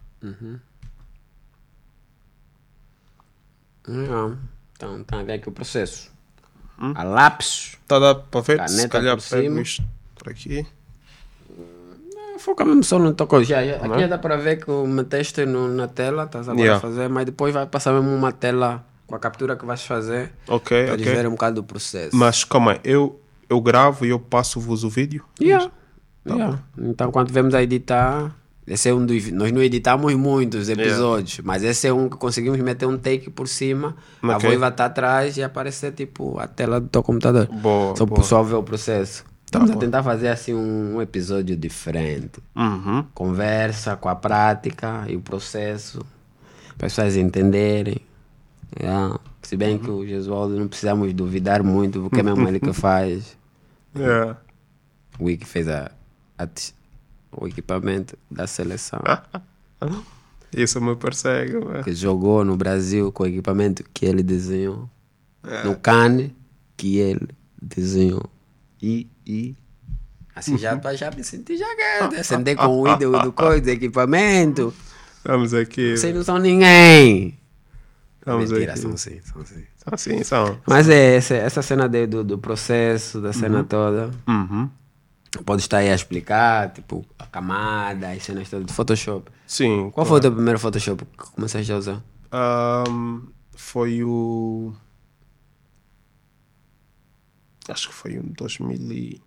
Legal. Então, tá a ver aqui o processo. A lápis. Tá dá para ver? Se Caneta calhar por pego cima. isto por aqui. Foca mesmo só no teu coisa. Já, já, aqui Uhum. já dá para ver que o meteste no, na tela, estás agora Yeah. a fazer, mas depois vai passar mesmo uma tela com a captura que vais fazer. Ok, Para ok. ver um bocado do processo. Mas calma aí, eu, eu gravo e eu passo-vos o vídeo? Yeah. Tá Yeah. Então, quando vemos a editar, Esse é um dos... Nós não editamos muitos episódios, yeah. mas esse é um que conseguimos meter um take por cima, okay. a voz vai estar atrás e aparecer tipo a tela do teu computador. Boa, Só boa. o pessoal ver o processo. Estamos tá a tentar fazer assim um, um episódio diferente. Uhum. Conversa com a prática e o processo, para as pessoas entenderem. Yeah. Se bem uhum. que o Jesualdo não precisamos duvidar muito, porque é mesmo ele que faz. Yeah. O Wiki fez a, a, o equipamento da seleção. Isso me persegue. Mano. Que jogou no Brasil com o equipamento que ele desenhou. Yeah. No cane que ele desenhou. E, e assim já para já me sentir já quero acender com o ídolo do coisa, do equipamento. Estamos aqui. Vocês não são ninguém. Estamos Mentira, aqui. são sim, são sim. São sim, são. Mas é essa, essa cena de, do, do processo, da cena uhum. toda. Uhum. Pode estar aí a explicar, tipo, a camada, as cenas todas de Photoshop. Sim. Qual claro. foi o teu primeiro Photoshop que começaste a usar? Um, foi o... Acho que foi um dois mil e...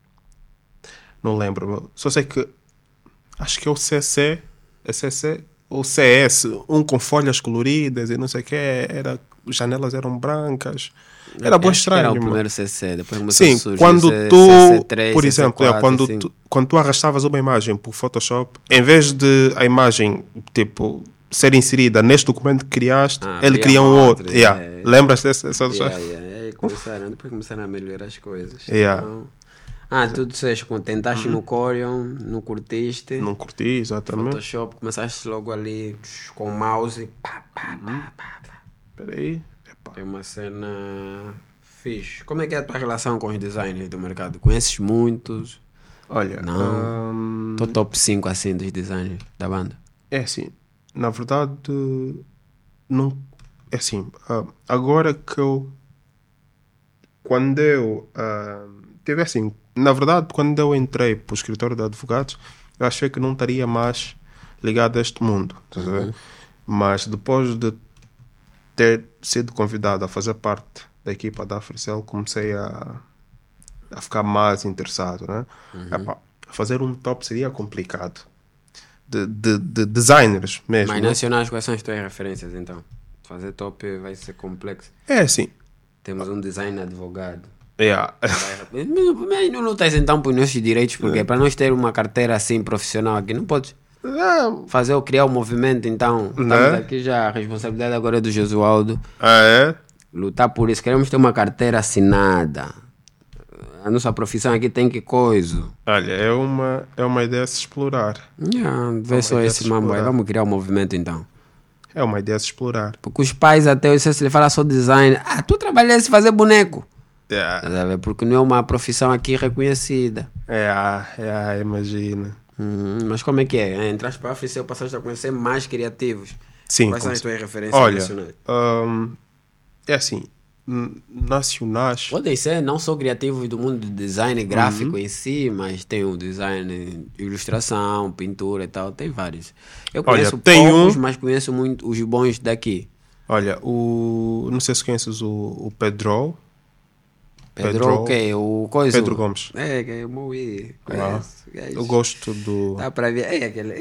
Não lembro. Só sei que... Acho que é o C C. É C C ou C S. Um com folhas coloridas e não sei o que. Era, as janelas eram brancas. Era bom estranho. Era o mano. primeiro C C. Depois começou Sim, a surgir quando C- tu... C C três, por C C exemplo, quatro, é, quando, assim. tu, quando tu arrastavas uma imagem por Photoshop, em vez de a imagem, tipo... ser inserida neste documento que criaste, Ah, ele cria cria um outro, outro. Yeah. é. Lembras dessa? dessa Yeah, yeah. E aí começaram, depois começaram a melhorar as coisas. Yeah. Então, ah, tu disseste, quando tentaste no Corion, não curtiste. Não curti, exatamente. Photoshop, começaste logo ali com o mouse. Pá, pá, pá, pá, pá. Peraí. Epa. É uma cena fixe. Como é que é a tua relação com os designers do mercado? Conheces muitos? Olha, Não. hum, Tô top cinco assim dos designers da banda. é assim, na verdade, não, é assim, ah, agora que eu, quando eu, ah, teve assim, na verdade, quando eu entrei para o escritório de advogados, eu achei que não estaria mais ligado a este mundo, estás a ver? Uhum. Mas depois de ter sido convidado a fazer parte da equipa da Africell, comecei a, a ficar mais interessado, né? Uhum. Epá, fazer um top seria complicado. De, de, de designers mesmo. Mas né? nacionais, quais são as tuas referências então? Fazer top vai ser complexo. É assim. Temos um design advogado. Yeah. Mas não lutas então por nossos direitos, porque é. para nós ter uma carteira assim profissional aqui, não podes Não. fazer ou criar um movimento, então. Estamos Né? aqui já, a responsabilidade agora é do Jesualdo. Ah, é? Lutar por isso, queremos ter uma carteira assinada. A nossa profissão aqui tem que coisa. Olha, é uma, é uma ideia a se explorar. Yeah, vê só ideia esse de mambo aí, explorar. vamos criar um movimento então. É uma ideia a se explorar. Porque os pais até, se ele fala só design, ah, tu trabalhaste em fazer boneco. Yeah. Estás a ver? Porque não é uma profissão aqui reconhecida. É, ah, é, ah, imagina. Uhum, mas como é que é? Entraste para a Africell, passaste a conhecer mais criativos. Sim. Quais são como as se- tuas referências Olha, nacionais? hum, é assim, n- nacionais. Podem ser não só criativos do mundo do design gráfico em si, mas tem o design de ilustração, pintura e tal, tem vários. Eu Olha, conheço tem poucos, um- mas conheço muito os bons daqui. Olha, o. Não sei se conheces o, o Pedro. Pedro, Pedro- o quê? O coisa? Pedro Gomes. É, que é muito... Conheço. Eu gosto do. Dá para ver. É aquele...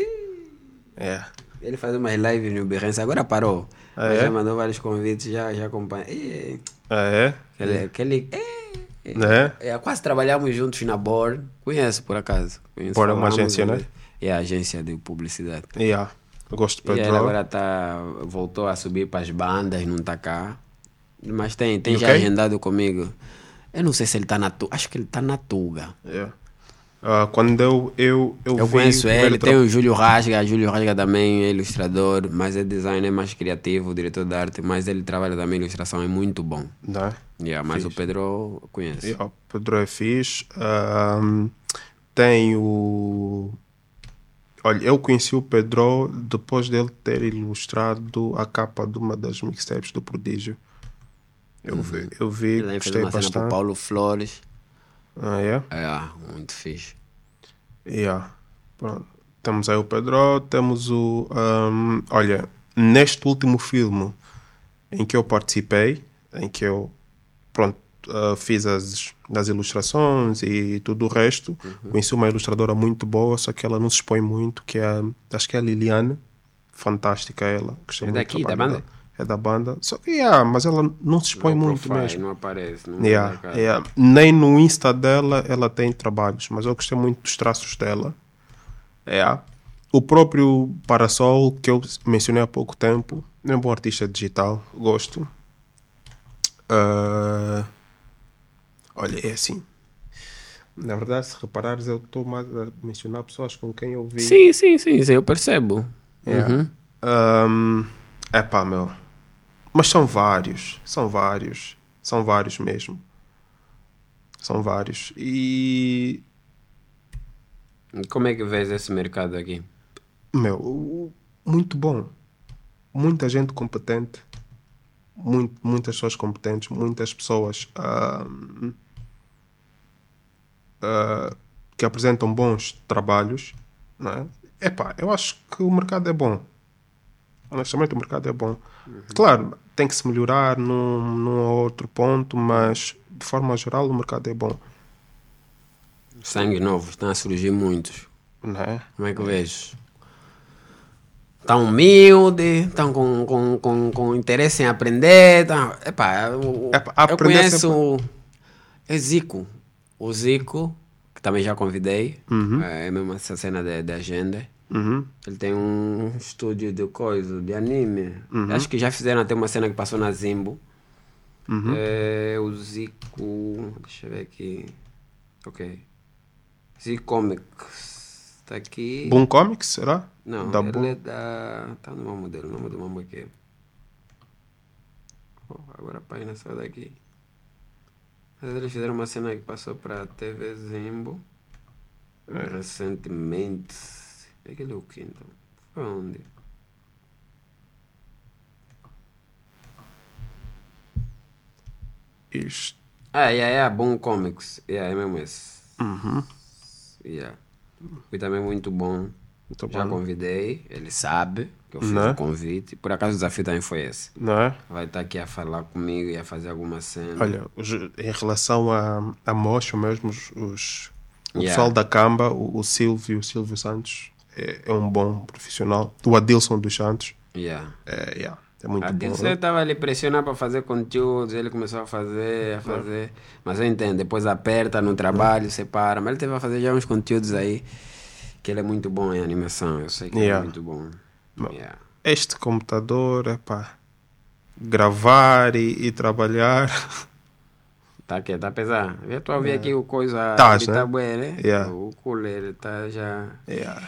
É. Ele faz umas lives no Behance, agora parou. Ah, Mas é? já mandou vários convites, já, já acompanha. É, Ah, é? aquele, aquele, é, é, Né? é, quase trabalhamos juntos na Bor. Conheço por acaso. Conheço, Bor é uma falamos, agência, né? É a agência de publicidade. Yeah. Eu gosto do E ele Pedro. agora tá, voltou a subir para as bandas, não está cá. Mas tem, tem E já ok? agendado comigo. Eu não sei se ele está na Tuga. Acho que ele está na Tuga. Yeah. Ah, quando eu, eu, eu, Eu vi conheço o ele, primeiro tem tra- o Júlio Rasga, Júlio Rasga também é ilustrador, mas é designer, é mais criativo, diretor de arte, mas ele trabalha também em ilustração, é muito bom. Né? Yeah, mas Fixe. o Pedro eu conheço. Yeah, o Pedro é fixe. Ahm, tem o. Olha, eu conheci o Pedro depois dele ter ilustrado a capa de uma das mixtapes do Prodígio. Eu vi, eu vi Ele também fez gostei uma cena para o bastante. Paulo Flores. Ah, é? É, muito fixe. Yeah. Pronto. Temos aí o Pedro, temos o. ahm, olha, neste último filme em que eu participei, em que eu. Pronto, uh, fiz as, as ilustrações e tudo o resto. Uhum. Conheci uma ilustradora muito boa, só que ela não se expõe muito, que é, acho que é a Liliane. Fantástica ela. Gostei é muito daqui, da banda? Dela. É da banda. Só que, yeah, mas ela não se expõe no muito profile, mesmo. Não aparece. Não yeah, yeah. Nem no Insta dela ela tem trabalhos, mas eu gostei muito dos traços dela. Yeah. O próprio Parasol, que eu mencionei há pouco tempo, é um bom artista digital, gosto. Uh, olha, é assim. Na verdade, se reparares, eu estou mais a mencionar pessoas com quem eu vi. Sim, sim, sim, sim eu percebo. Yeah. Uhum. Um, é pá, meu. Mas são vários, são vários, são vários mesmo. São vários. E. Como é que vês esse mercado aqui? Meu, muito bom. Muita gente competente. Muito, muitas pessoas competentes. Muitas pessoas uh, uh, que apresentam bons trabalhos. Não é? Epá, eu acho que o mercado é bom. Honestamente, o mercado é bom. Uhum. Claro, tem que se melhorar num, num outro ponto, mas de forma geral o mercado é bom. Sangue novo, estão a surgir muitos. Não é? Como é que vejo? Estão humildes, estão com, com, com, com interesse em aprender. Tão... Epá, eu, Epá, eu conheço é Zico. O Zico, que também já convidei, uhum. é mesmo essa cena de, de agenda. Uhum. Ele tem um estúdio de coisa, de anime. Uhum. Acho que já fizeram até uma cena que passou na Zimbo. Uhum. É, o Zico. Deixa eu ver aqui. Ok. Zico Comics. Está aqui. Boom Comics, será? Não, da ele Boom. é da. Tá no meu modelo, o nome do mambo aqui. Oh, agora a página saiu daqui. Mas eles fizeram uma cena que passou para a T V Zimbo. É. Recentemente. Aquele é o que então? Foi onde? Isto. Ah, yeah, yeah, Boom Comics. Yeah, é mesmo esse. Uhum. Yeah. Foi também muito bom. Muito Já bom. Convidei, ele sabe que eu fiz Não é? o convite. Por acaso o desafio também foi esse. Não é? Vai estar aqui a falar comigo e a fazer alguma cena. Olha, os, em relação a, a mocho mesmo, os, os, o Yeah. pessoal da Camba, o, o Silvio, o Silvio Santos, é, é um bom profissional. O Adilson dos Santos, Yeah. é, yeah, é muito A bom. Dilson estava ali pressionado para fazer conteúdos, ele começou a fazer, a fazer. Mas eu entendo, depois aperta no trabalho, separa. Mas ele teve a fazer já uns conteúdos aí, que ele é muito bom em animação, eu sei que Yeah. ele é muito bom. Yeah. Este computador é para gravar e, e trabalhar. Tá aqui, tá pesado. Eu estou a ouvir aqui o coisa. Tá, ele né? tá bem, né? Yeah. O cooler tá já. Yeah.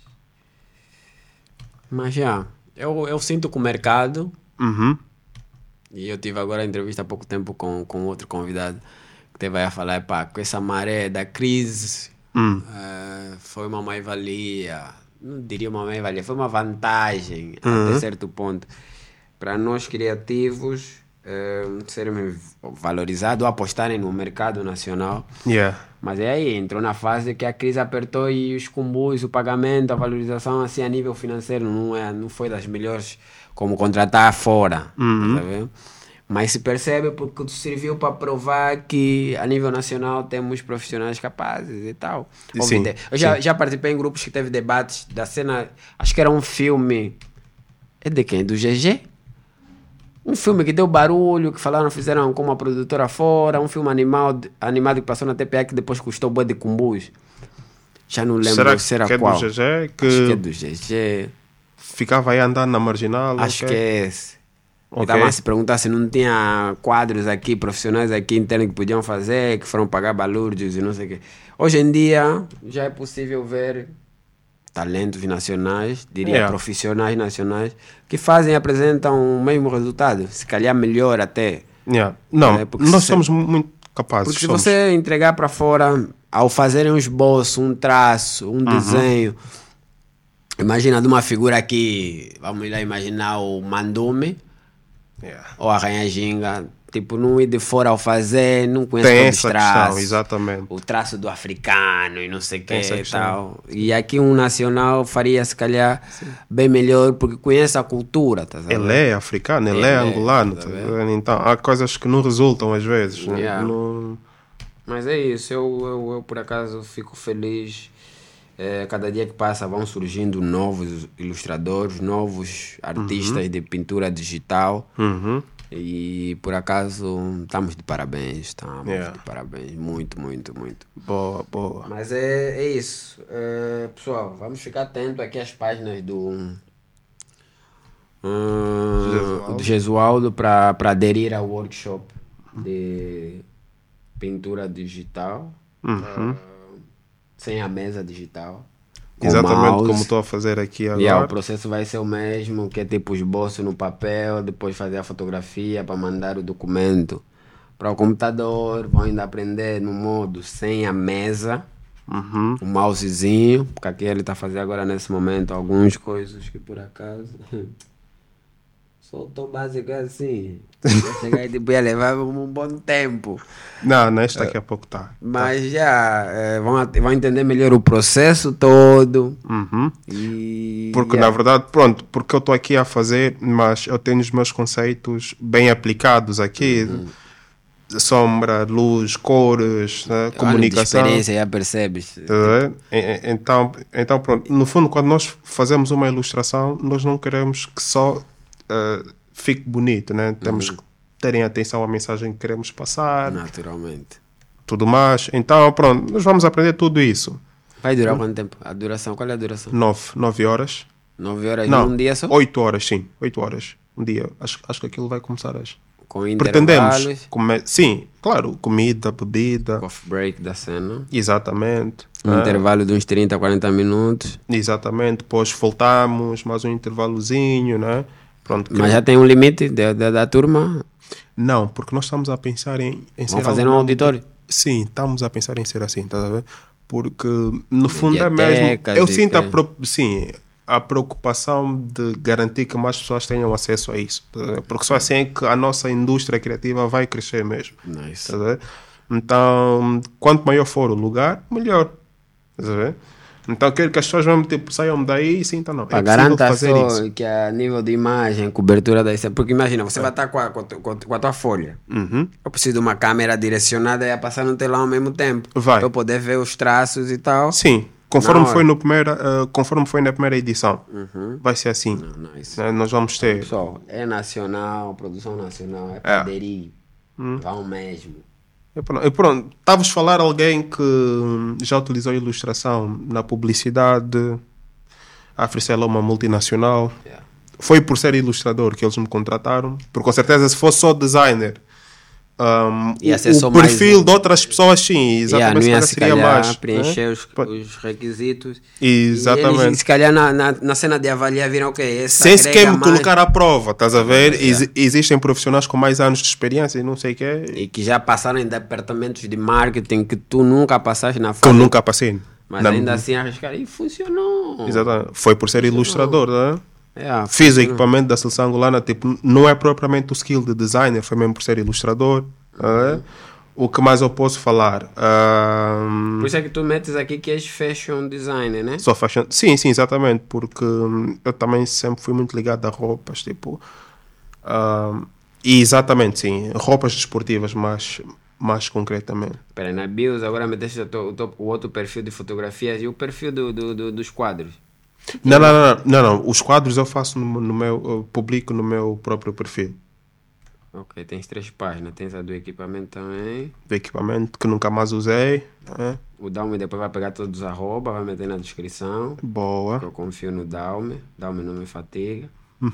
Mas já, eu, eu sinto que o mercado. Uhum. E eu tive agora a entrevista há pouco tempo com, com outro convidado que teve aí a falar, pá, com essa maré da crise, Hum. eh, foi uma mais-valia, não diria uma mais-valia, foi uma vantagem Uhum. até certo ponto para nós criativos eh, serem valorizados ou apostarem no mercado nacional. Yeah. Mas é aí, entrou na fase que a crise apertou e os combustíveis, o pagamento, a valorização assim a nível financeiro não, é, não foi das melhores como contratar fora, Uhum. tá vendo? Mas se percebe porque serviu para provar que a nível nacional temos profissionais capazes e tal. Sim, Óbvio, eu já, sim. já participei em grupos que teve debates da cena, acho que era um filme, é de quem? Do G G? Um filme que deu barulho, que falaram, fizeram com uma produtora fora, um filme animal, animado que passou na T P A que depois custou bué de cumbus. Já não lembro Será se era que é qual. do G G? Que, Acho que é do G G. ficava aí andando na marginal? Acho ok? que é esse. Ok. Estavam a se perguntar se não tinha quadros aqui, profissionais aqui internos que podiam fazer, que foram pagar balúrdios e não sei o quê. Hoje em dia já é possível ver talentos nacionais, diria Yeah. profissionais nacionais, que fazem e apresentam o mesmo resultado, se calhar melhor até. Yeah. Não, É, porque nós se- somos muito capazes. Porque se somos. você entregar para fora, ao fazerem um esboço, um traço, um desenho, imagina de uma figura aqui, vamos lá imaginar o Mandume, Yeah. ou a Rainha Ginga, tipo, não ir de fora ao fazer, não conheço Tem todos os essa traços. questão, exatamente. O traço do africano e não sei o que Tem essa e questão. tal. E aqui um nacional faria, se calhar, bem melhor, porque conhece a cultura, tá sabendo? Ele é africano, ele, Ele é é, angolano. tá Tá vendo? vendo? Então, há coisas que não resultam às vezes. né? Yeah. Não- Mas é isso, eu, eu, eu por acaso fico feliz. É, cada dia que passa vão surgindo novos ilustradores, novos artistas de pintura digital. Uhum. E por acaso estamos de parabéns, estamos Yeah. de parabéns, muito, muito, muito. Boa, boa. Mas é, é isso. É, pessoal, vamos ficar atento aqui às páginas do, hum, Jesualdo. do Jesualdo para aderir ao workshop de pintura digital, Uhum. sem a mesa digital. com Exatamente mouse. como estou a fazer aqui agora. Yeah, o processo vai ser o mesmo, que é tipo esboço no papel, depois fazer a fotografia para mandar o documento para o computador. Vão ainda aprender no modo sem a mesa, Uhum. o mousezinho, porque aqui ele está fazendo agora nesse momento algumas coisas que por acaso soltou básico assim. Ia chegar e tipo, ia levar um bom tempo. Não, neste daqui a pouco tá. Mas já eh, vão, at- vão entender melhor o processo todo. Uhum. E Porque yeah. na verdade, pronto, porque eu estou aqui a fazer, mas eu tenho os meus conceitos bem aplicados aqui. Sombra, luz, cores, né, Olha, de comunicação. experiência já percebes. Tá vendo? E- e- Então, então, pronto, no fundo, quando nós fazemos uma ilustração, nós não queremos que só eh, fique bonito, né? Temos que terem atenção à mensagem que queremos passar, Naturalmente. tudo mais. Então, pronto, nós vamos aprender tudo isso. Vai durar quanto tempo? A duração? Qual é a duração? Nove, nove horas. Nove horas Não, num dia só? oito horas, sim. Oito horas. Um dia. Acho, acho que aquilo vai começar hoje. Com Pretendemos. intervalos, Come... Sim, claro. Comida, bebida. off break da cena. Exatamente. Um Ah, intervalo de uns trinta, quarenta minutos. Exatamente. Depois voltamos, mais um intervalozinho, né? Pronto. Mas já tem um limite da, da, da turma? Não, porque nós estamos a pensar em, em ser Vamos fazer algo- um auditório? Sim, estamos a pensar em ser assim, estás a ver? Porque no fundo é mesmo. Bibliotecas Eu e sinto a, que- pro- sim, a preocupação de garantir que mais pessoas tenham acesso a isso. Estás a ver? Porque só assim é que a nossa indústria criativa vai crescer mesmo. Nice. Estás a ver? Então, quanto maior for o lugar, melhor. Estás a ver? Então, quero que as pessoas mesmo tipo, saiam daí e sintam, não. É Pá, possível garanta fazer só isso. que a nível de imagem, cobertura da cena. Porque imagina, você vai estar com a, com, a, tu- com a- com a tua folha. Uhum. Eu preciso de uma câmera direcionada e a passar no telão ao mesmo tempo. Vai. Para eu poder ver os traços e tal. Sim, conforme Na hora. foi, no primeira, eh, conforme foi na primeira edição. Uhum. Vai ser assim. Não, nice. Né? Nós vamos ter. Pessoal, é nacional, produção nacional, é para aderir. Vão mesmo. E pronto, e pronto, estavas a falar alguém que hum, já utilizou ilustração na publicidade. A Fricela é uma multinacional. Yeah. Foi por ser ilustrador que eles me contrataram. Porque com certeza, se fosse só designer, hum, Ia o, ser o só mais perfil um. de outras pessoas, sim, Yeah, exatamente, não se ia calhar se seria calhar mais. preencher né? os, Pô, os requisitos. E Exatamente. eles, se calhar, na, na, na cena de avaliar, viram o quê? Essa Sem sequer agrega me mais. colocar à prova, estás a ver? Yeah. Ex- existem profissionais com mais anos de experiência e não sei o quê, E que já passaram em departamentos de marketing que tu nunca passaste na que eu fase. nunca passei. Mas Na- ainda assim arriscaram. E funcionou. Exatamente. Foi por ser ilustrador, né? É, Fiz o equipamento da seleção angolana, tipo, não é propriamente o skill de designer, foi mesmo por ser ilustrador. né? O que mais eu posso falar? Ahm, Por isso é que tu metes aqui que és fashion designer, né? Só fashion. Sim, sim, exatamente, porque hum, eu também sempre fui muito ligado a roupas, tipo. ahm, e exatamente, sim, roupas desportivas, mais, mais concretamente. Espera, na bios agora meteste o, teu- o, teu- o outro perfil de fotografias e o perfil do, do, do- dos quadros. Não, não, não, não, não, não. Os quadros eu faço no, no meu, eu publico no meu próprio perfil. Ok, tens três páginas. Tens a do equipamento também. Do equipamento que nunca mais usei. né? O Daume depois vai pegar todos os arroba, vai meter na descrição. Boa. Eu confio no Daume. Daume não me fatiga.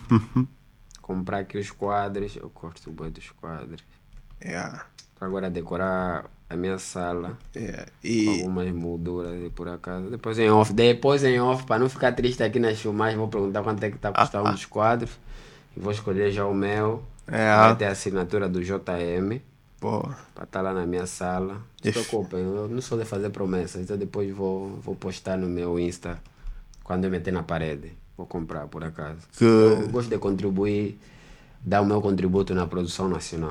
Comprar aqui os quadros. Eu gosto bem dos quadros. Yeah. Pra agora decorar a minha sala. Yeah. Com E, algumas molduras e por acaso. Depois em off. Depois em off, para não ficar triste aqui nas filmagens, vou perguntar quanto é que está a custar um dos quadros. E vou escolher já o meu. É. Vai ter a assinatura do J M. boa. Para estar lá na minha sala. Não se Ixi. preocupem, eu não sou de fazer promessas. Então depois vou, vou postar no meu Insta. Quando eu meter na parede. Vou comprar por acaso. Que- Eu gosto de contribuir, dar o meu contributo na produção nacional.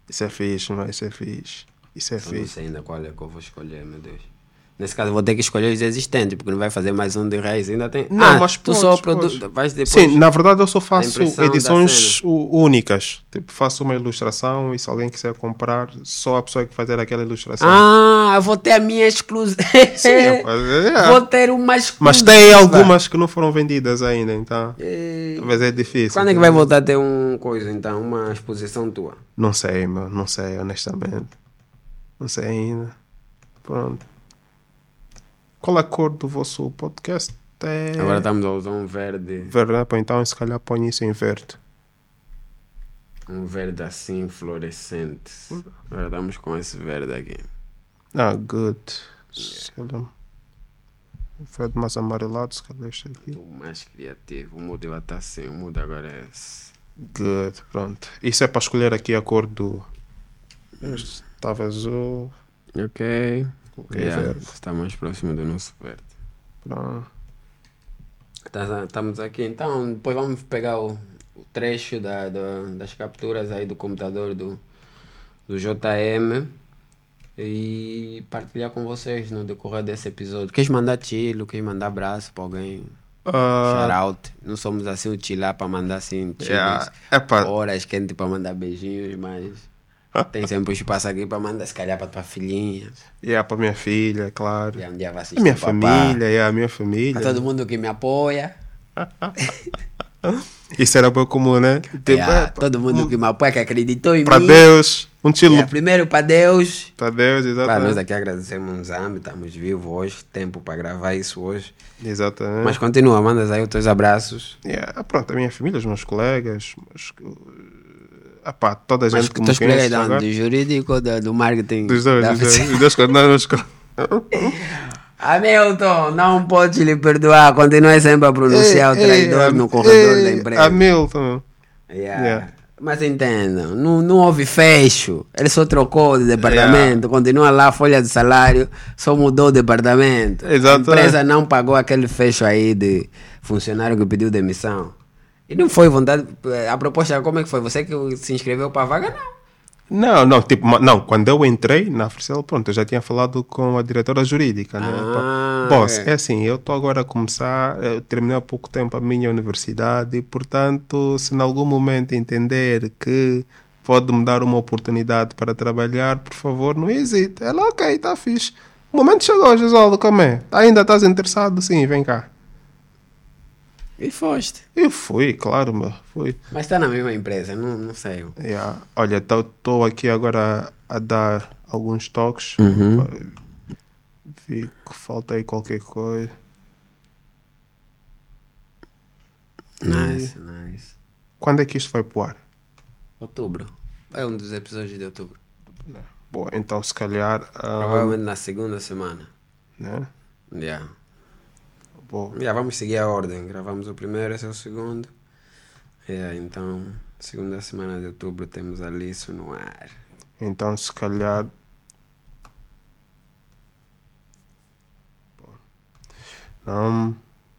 Isso é fixe, não é? Isso é fixe. Isso é Eu não fixe. sei ainda qual é que eu vou escolher, meu Deus. Nesse caso, eu vou ter que escolher os existentes, porque não vai fazer mais um de reis. Ainda tem. Não, ah, mas tu podes, só podes. produ... vais depois. Sim, na verdade eu só faço impressão da edições u- únicas. Tipo, faço uma ilustração e se alguém quiser comprar, só a pessoa que fazer aquela ilustração. Ah, eu vou ter a minha exclusiva. Sim, rapaz, é. Vou ter uma exclusiva. Mas tem algumas que não foram vendidas ainda, então E... talvez é difícil. Quando é que vai voltar a ter um coisa, então? Uma exposição tua? Não sei, meu, não sei, honestamente. Não sei ainda. Pronto. Qual é a cor do vosso podcast? É... Agora estamos a usar um verde. Verde, né? Pô, então se calhar põe isso em verde. Um verde assim, fluorescente. Agora estamos com esse verde aqui. Ah, good. Se calhar... Verde mais amarelado, se calhar este aqui. O mais criativo. O mudo vai estar assim. O mudo agora é esse. Good, pronto. Isso é para escolher aqui a cor do... Este estava azul. Ok. Ok, Yeah, verde. está mais próximo do nosso verde. Pronto. Tá- Estamos aqui, então depois vamos pegar o, o trecho da, da- das capturas aí do computador do, do J M e partilhar com vocês no decorrer desse episódio. Queres mandar chilo, queres mandar abraço para alguém? Ah, Shout out. Não somos assim o chilar para mandar assim chilos, yeah. Epá, horas quente para mandar beijinhos, mas tem sempre um espaço aqui para mandar, se calhar para tua filhinha. yeah, para minha filha, claro. E um dia vai A assistir minha o papá. família, yeah, a minha família. A todo mundo que me apoia. Isso era bem comum, né? Tipo, Yeah, é, todo mundo que me apoia, que acreditou em para mim. Deus, um chilo Yeah, primeiro para Deus. para Deus, Claro, nós exatamente. aqui agradecemos um Zambi, estamos vivos hoje, tempo para gravar isso hoje. Exatamente. Mas continua, mandas aí os teus abraços. Yeah, pronto, a minha família, os meus colegas, os, epá, toda a Mas gente que que me teus colegas conhece da agora. do jurídico ou da- do marketing? Dos dois, da dos dois, oficina? dos dois, quando não, nos- Hamilton, não podes lhe perdoar, continue sempre a pronunciar o Ei, traidor ei, no corredor ei, da empresa. Hamilton. Yeah. Yeah. Mas entendam, não, não houve fecho, ele só trocou de departamento, continua lá a folha de salário, só mudou o departamento. Exato. A empresa não pagou aquele fecho aí de funcionário que pediu demissão. E não foi vontade, a proposta como é que foi? Você que se inscreveu para a vaga? Não. Não, não, tipo, ma- não, quando eu entrei na Fricel, pronto, eu já tinha falado com a diretora jurídica, né? Ah, Pá, Boss, é. é assim, eu estou agora a começar, eu terminei há pouco tempo a minha universidade e, portanto, se em algum momento entender que pode me dar uma oportunidade para trabalhar, por favor, não hesite. Ela, ok, está fixe. O momento chegou, Josualdo, como é? Ainda estás interessado? Sim, vem cá. E foste. Eu fui, claro, meu, fui. Mas está na mesma empresa, não, não sei. Yeah. Olha, estou aqui agora a, a dar alguns toques. Uhum. Pá, vi que falta aí qualquer coisa. Nice, nice. Quando é que isto vai pro ar? Outubro. É um dos episódios de outubro. Boa, então se calhar. ah, Provavelmente na segunda semana. né? Yeah. Boa. Já vamos seguir a ordem. Gravamos o primeiro, esse é o segundo. Yeah, então, segunda semana de outubro temos ali isso no ar. Então se calhar. Não.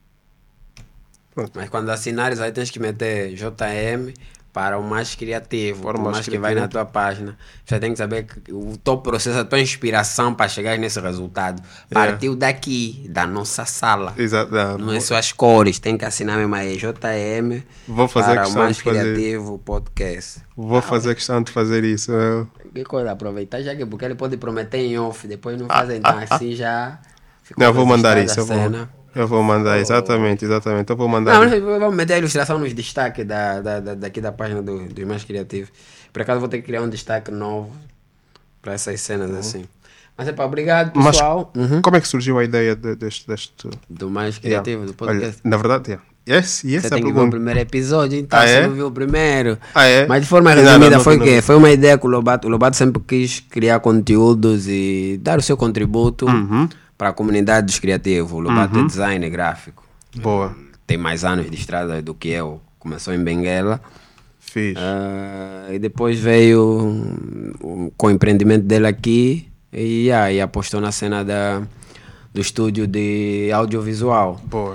Mas quando assinares, aí tens que meter J M para o mais criativo. Para o Por mais mais que vai criativo. na tua página. Você tem que saber que o teu processo, a tua inspiração para chegar nesse resultado partiu daqui, da nossa sala. Exato. não, Não é vou- só as cores, tem que assinar mesmo aí J M Vou fazer para o questão mais de fazer. criativo podcast. Vou fazer questão de fazer isso. eu- Que coisa, aproveitar já que porque ele pode prometer em off, depois não faz então assim já. ficou Não, eu vou mandar isso. registrada Eu a vou, cena. eu vou mandar, exatamente, exatamente. Eu vou mandar. Não, mas vamos meter a ilustração nos destaques da, da, da- daqui da página do, dos mais criativos. Por acaso vou ter que criar um destaque novo para essas cenas assim. Mas é para obrigado Mas pessoal. Uhum. como é que surgiu a ideia de- deste. deste... Do mais criativo, do Olha, podcast. na verdade, é. Yes, e essa Você é a tem que ver o pergunta. primeiro episódio, então Ah, você é? não viu o primeiro. Ah, é? Mas de forma Não, não, resumida não foi vi, o não quê? vi. Foi uma ideia que o Lobato, o Lobato sempre quis criar conteúdos e dar o seu contributo Uhum. para a comunidade dos criativos. O Lobato é designer gráfico. Boa. Tem mais anos de estrada do que eu. Começou em Benguela. Fiz. Ah, e depois veio um, com o empreendimento dele aqui e aí apostou na cena da, do estúdio de audiovisual. Boa.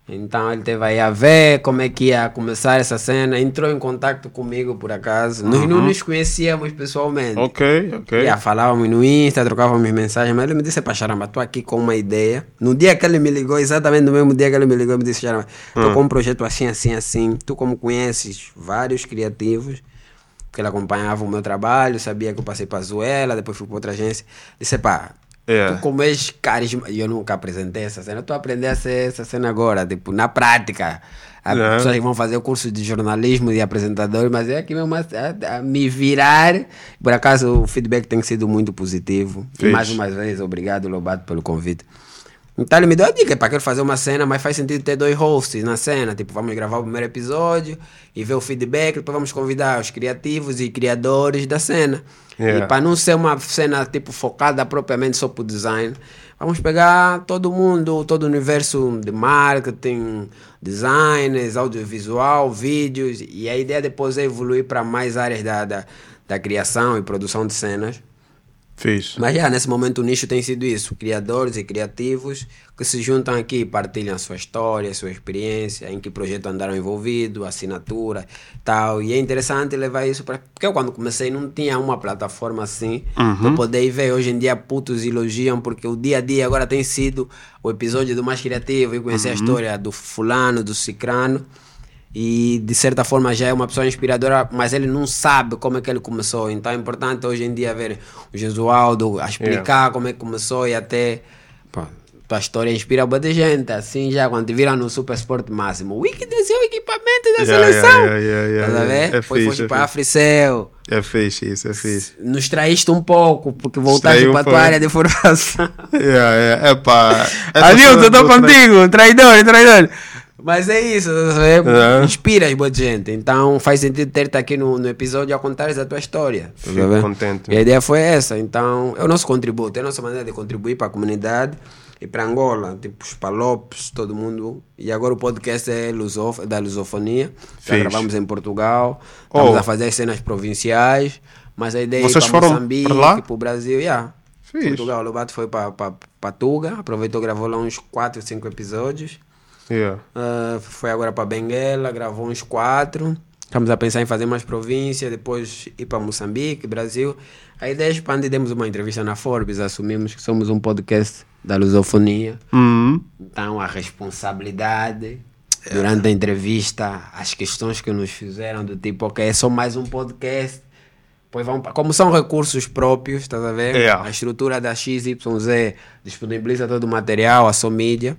Então ele teve aí a ver como é que ia começar essa cena. Entrou em contato comigo por acaso. Nós não nos conhecíamos pessoalmente. Ok, ok. Yeah, falávamos no Insta, trocávamos mensagens, mas ele me disse, pá, Charamba, estou aqui com uma ideia. No dia que ele me ligou, exatamente no mesmo dia que ele me ligou, ele me disse, Charamba, estou Hum. com um projeto assim, assim, assim. Tu como conheces vários criativos, porque ele acompanhava o meu trabalho, sabia que eu passei para a Zuela, depois fui para outra agência. Disse, pá, Yeah. tu como és carisma... E eu nunca apresentei essa cena, eu estou a aprender a ser essa cena agora, tipo, na prática. Há Yeah. pessoas que vão fazer o curso de jornalismo e apresentador, mas é aqui mesmo a, a- a me virar. Por acaso o feedback tem sido muito positivo. E Fixe. mais uma vez, obrigado, Lobato, pelo convite. Então ele me deu a dica, para quero fazer uma cena, mas faz sentido ter dois hosts na cena. Tipo, vamos gravar o primeiro episódio e ver o feedback, depois vamos convidar os criativos e criadores da cena. Yeah. E para não ser uma cena tipo focada propriamente só para o design, vamos pegar todo mundo, todo o universo de marketing, designers, audiovisual, vídeos, e a ideia depois é evoluir para mais áreas da, da, da criação e produção de cenas. Fiz. Mas já nesse momento o nicho tem sido isso, criadores e criativos que se juntam aqui e partilham a sua história, a sua experiência, em que projeto andaram envolvidos, assinatura tal. E é interessante levar isso para... Porque eu quando comecei não tinha uma plataforma assim para poder ir ver. Hoje em dia putos elogiam porque o dia a dia agora tem sido o episódio do mais criativo e conhecer a história do fulano, do cicrano. E de certa forma já é uma pessoa inspiradora, mas ele não sabe como é que ele começou. Então é importante hoje em dia ver o Jesualdo a explicar Yeah. como é que começou e até pô, tua história inspira boa de gente. Assim já quando te viram no Super Sport Máximo, o Wiki desceu o equipamento da Yeah, seleção. yeah, yeah, yeah, Estás a ver? yeah. É Depois fixe, foste é para a fixe. Africel. É fixe isso, é fixe. Nos traíste um pouco, porque voltaste Distraí um para a tua pouco. área de formação. Yeah, yeah. Epá, essa Adilson, cena estou do tra- contigo, traidor, traidor. Mas é isso, é, É. inspiras boa gente. Então faz sentido ter-te aqui no, no episódio a contares a tua história. Tá Fico vendo? contente. E a ideia foi essa. Então é o nosso contributo, é a nossa maneira de contribuir para a comunidade e para Angola. Tipo os palopes, todo mundo. E agora o podcast é lusof da lusofonia. Já Fixe. gravamos em Portugal. Estamos Oh. a fazer as cenas provinciais. Mas a ideia é ir Vocês para foram Moçambique, para lá? para o Brasil. Yeah. Fixe. Portugal, o Lobato foi para para Tuga, aproveitou, gravou lá uns quatro, cinco episódios. Yeah. Uh, foi agora para Benguela, gravou uns quatro. Estamos a pensar em fazer mais províncias, depois ir para Moçambique, Brasil. A ideia é expandir. Demos uma entrevista na Forbes, assumimos que somos um podcast da lusofonia. Uhum. Então a responsabilidade durante a entrevista, as questões que nos fizeram do tipo, ok, é só mais um podcast. Pois vão, como são recursos próprios, estás a ver? Yeah. A estrutura da X Y Z disponibiliza todo o material, a sua mídia.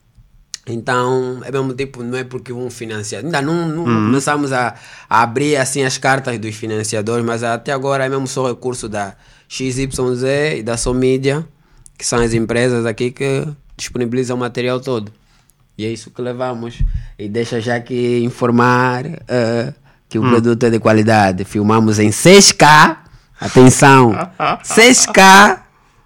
Então, é mesmo tipo, não é porque um financiar. Ainda não, não começamos a, a abrir assim as cartas dos financiadores, mas até agora é mesmo só recurso da X Y Z e da Somídia, que são as empresas aqui que disponibilizam o material todo. E é isso que levamos. E deixa já aqui informar eh, que o produto é de qualidade. Filmamos em seis K, atenção, seis K,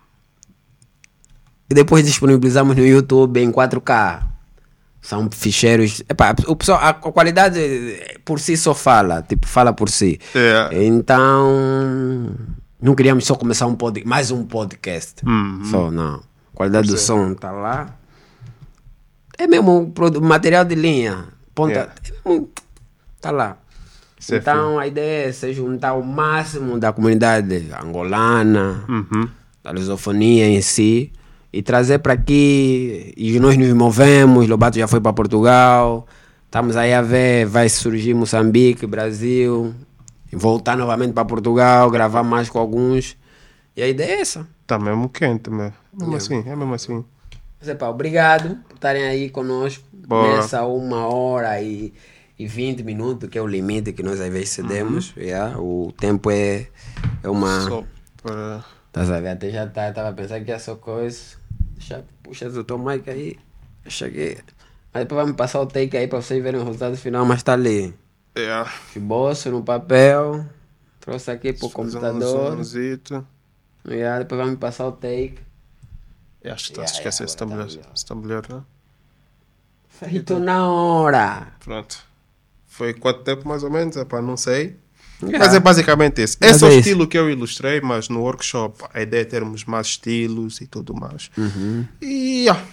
e depois disponibilizamos no YouTube em quatro K. São ficheiros. Epá, o pessoal, a qualidade por si só fala, tipo, fala por si. Yeah. Então, não queríamos só começar um pod, mais um podcast. Uhum. Só, não. A qualidade do som tá lá. É mesmo produ- material de linha. Ponta. Yeah. É mesmo, tá lá. Isso é Então, a ideia é se juntar o máximo da comunidade angolana, Uhum. da lusofonia em si, e trazer para aqui. E nós nos movemos. Lobato já foi para Portugal. Estamos aí a ver, vai surgir Moçambique, Brasil, e voltar novamente para Portugal, gravar mais com alguns. E a ideia é essa. Tá mesmo quente, mesmo. Mesmo Yeah. assim, é mesmo assim. Mas, epá, obrigado por estarem aí conosco Bora. nessa uma hora e, e vinte minutos, que é o limite que nós às vezes cedemos. Yeah? O tempo é, é uma. Só para... Tá a ver? Até já tá, tava pensando que é só coisa. Deixa, puxa o teu mic aí. Deixa aqui. Mas depois vai me passar o take aí para vocês verem o resultado final, mas tá ali. Yeah. Esboço no papel. Trouxe aqui pro Fazer um computador. zoomzito. Yeah, depois vai me passar o take. Eu Acho que está a Yeah, esquecer yeah, se está agora melhor. tá Se está melhor, não? Feito na hora. Pronto. Foi quanto tempo mais ou menos? Epá, não sei. Yeah. Mas é basicamente esse. Mas Esse é o é isso. estilo que eu ilustrei, mas no workshop a ideia é termos mais estilos e tudo mais. Uhum. E ah,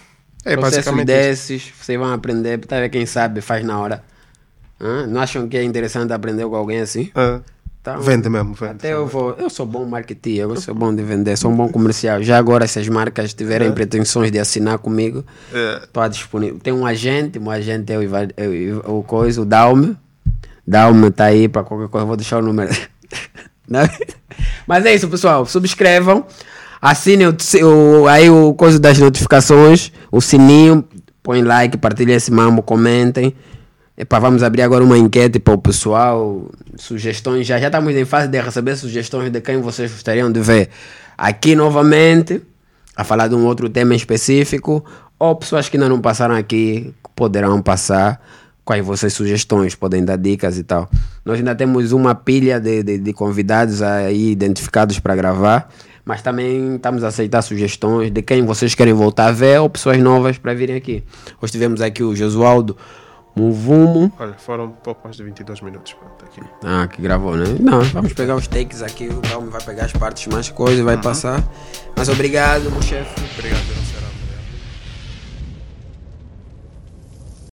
É processos basicamente desses, vocês vão aprender, tá vendo? Quem sabe faz na hora. Hã? Não acham que é interessante aprender com alguém assim? Ah, Então, vende mesmo, vende. até eu vou. Eu sou bom marketing, eu sou bom de vender, sou um bom comercial. Já agora, se as marcas tiverem É. pretensões de assinar comigo, É. estou disponível. Tem um agente, um agente é o, Iva- é o, Iva- o coisa, o Daume. Daume tá aí para qualquer coisa, vou deixar o número. Não? Mas é isso, pessoal. Subscrevam, assinem o, o, aí o coisa das notificações, o sininho, põe like, partilhem esse mambo, comentem. Epa, vamos abrir agora uma enquete para o pessoal, sugestões, já, já estamos em fase de receber sugestões de quem vocês gostariam de ver aqui novamente, a falar de um outro tema específico, ou pessoas que ainda não passaram aqui, poderão passar, quais vocês sugestões, podem dar dicas e tal. Nós ainda temos uma pilha de, de, de convidados aí identificados para gravar, mas também estamos a aceitar sugestões de quem vocês querem voltar a ver, ou pessoas novas para virem aqui. Hoje tivemos aqui o Josualdo Muvumo. Olha, foram um pouco mais de vinte e dois minutos. Pronto, aqui. Ah, que gravou, né? Não, vamos pegar os takes aqui, o Calma vai pegar as partes mais coisas e vai passar. Mas obrigado, meu chefe. Obrigado.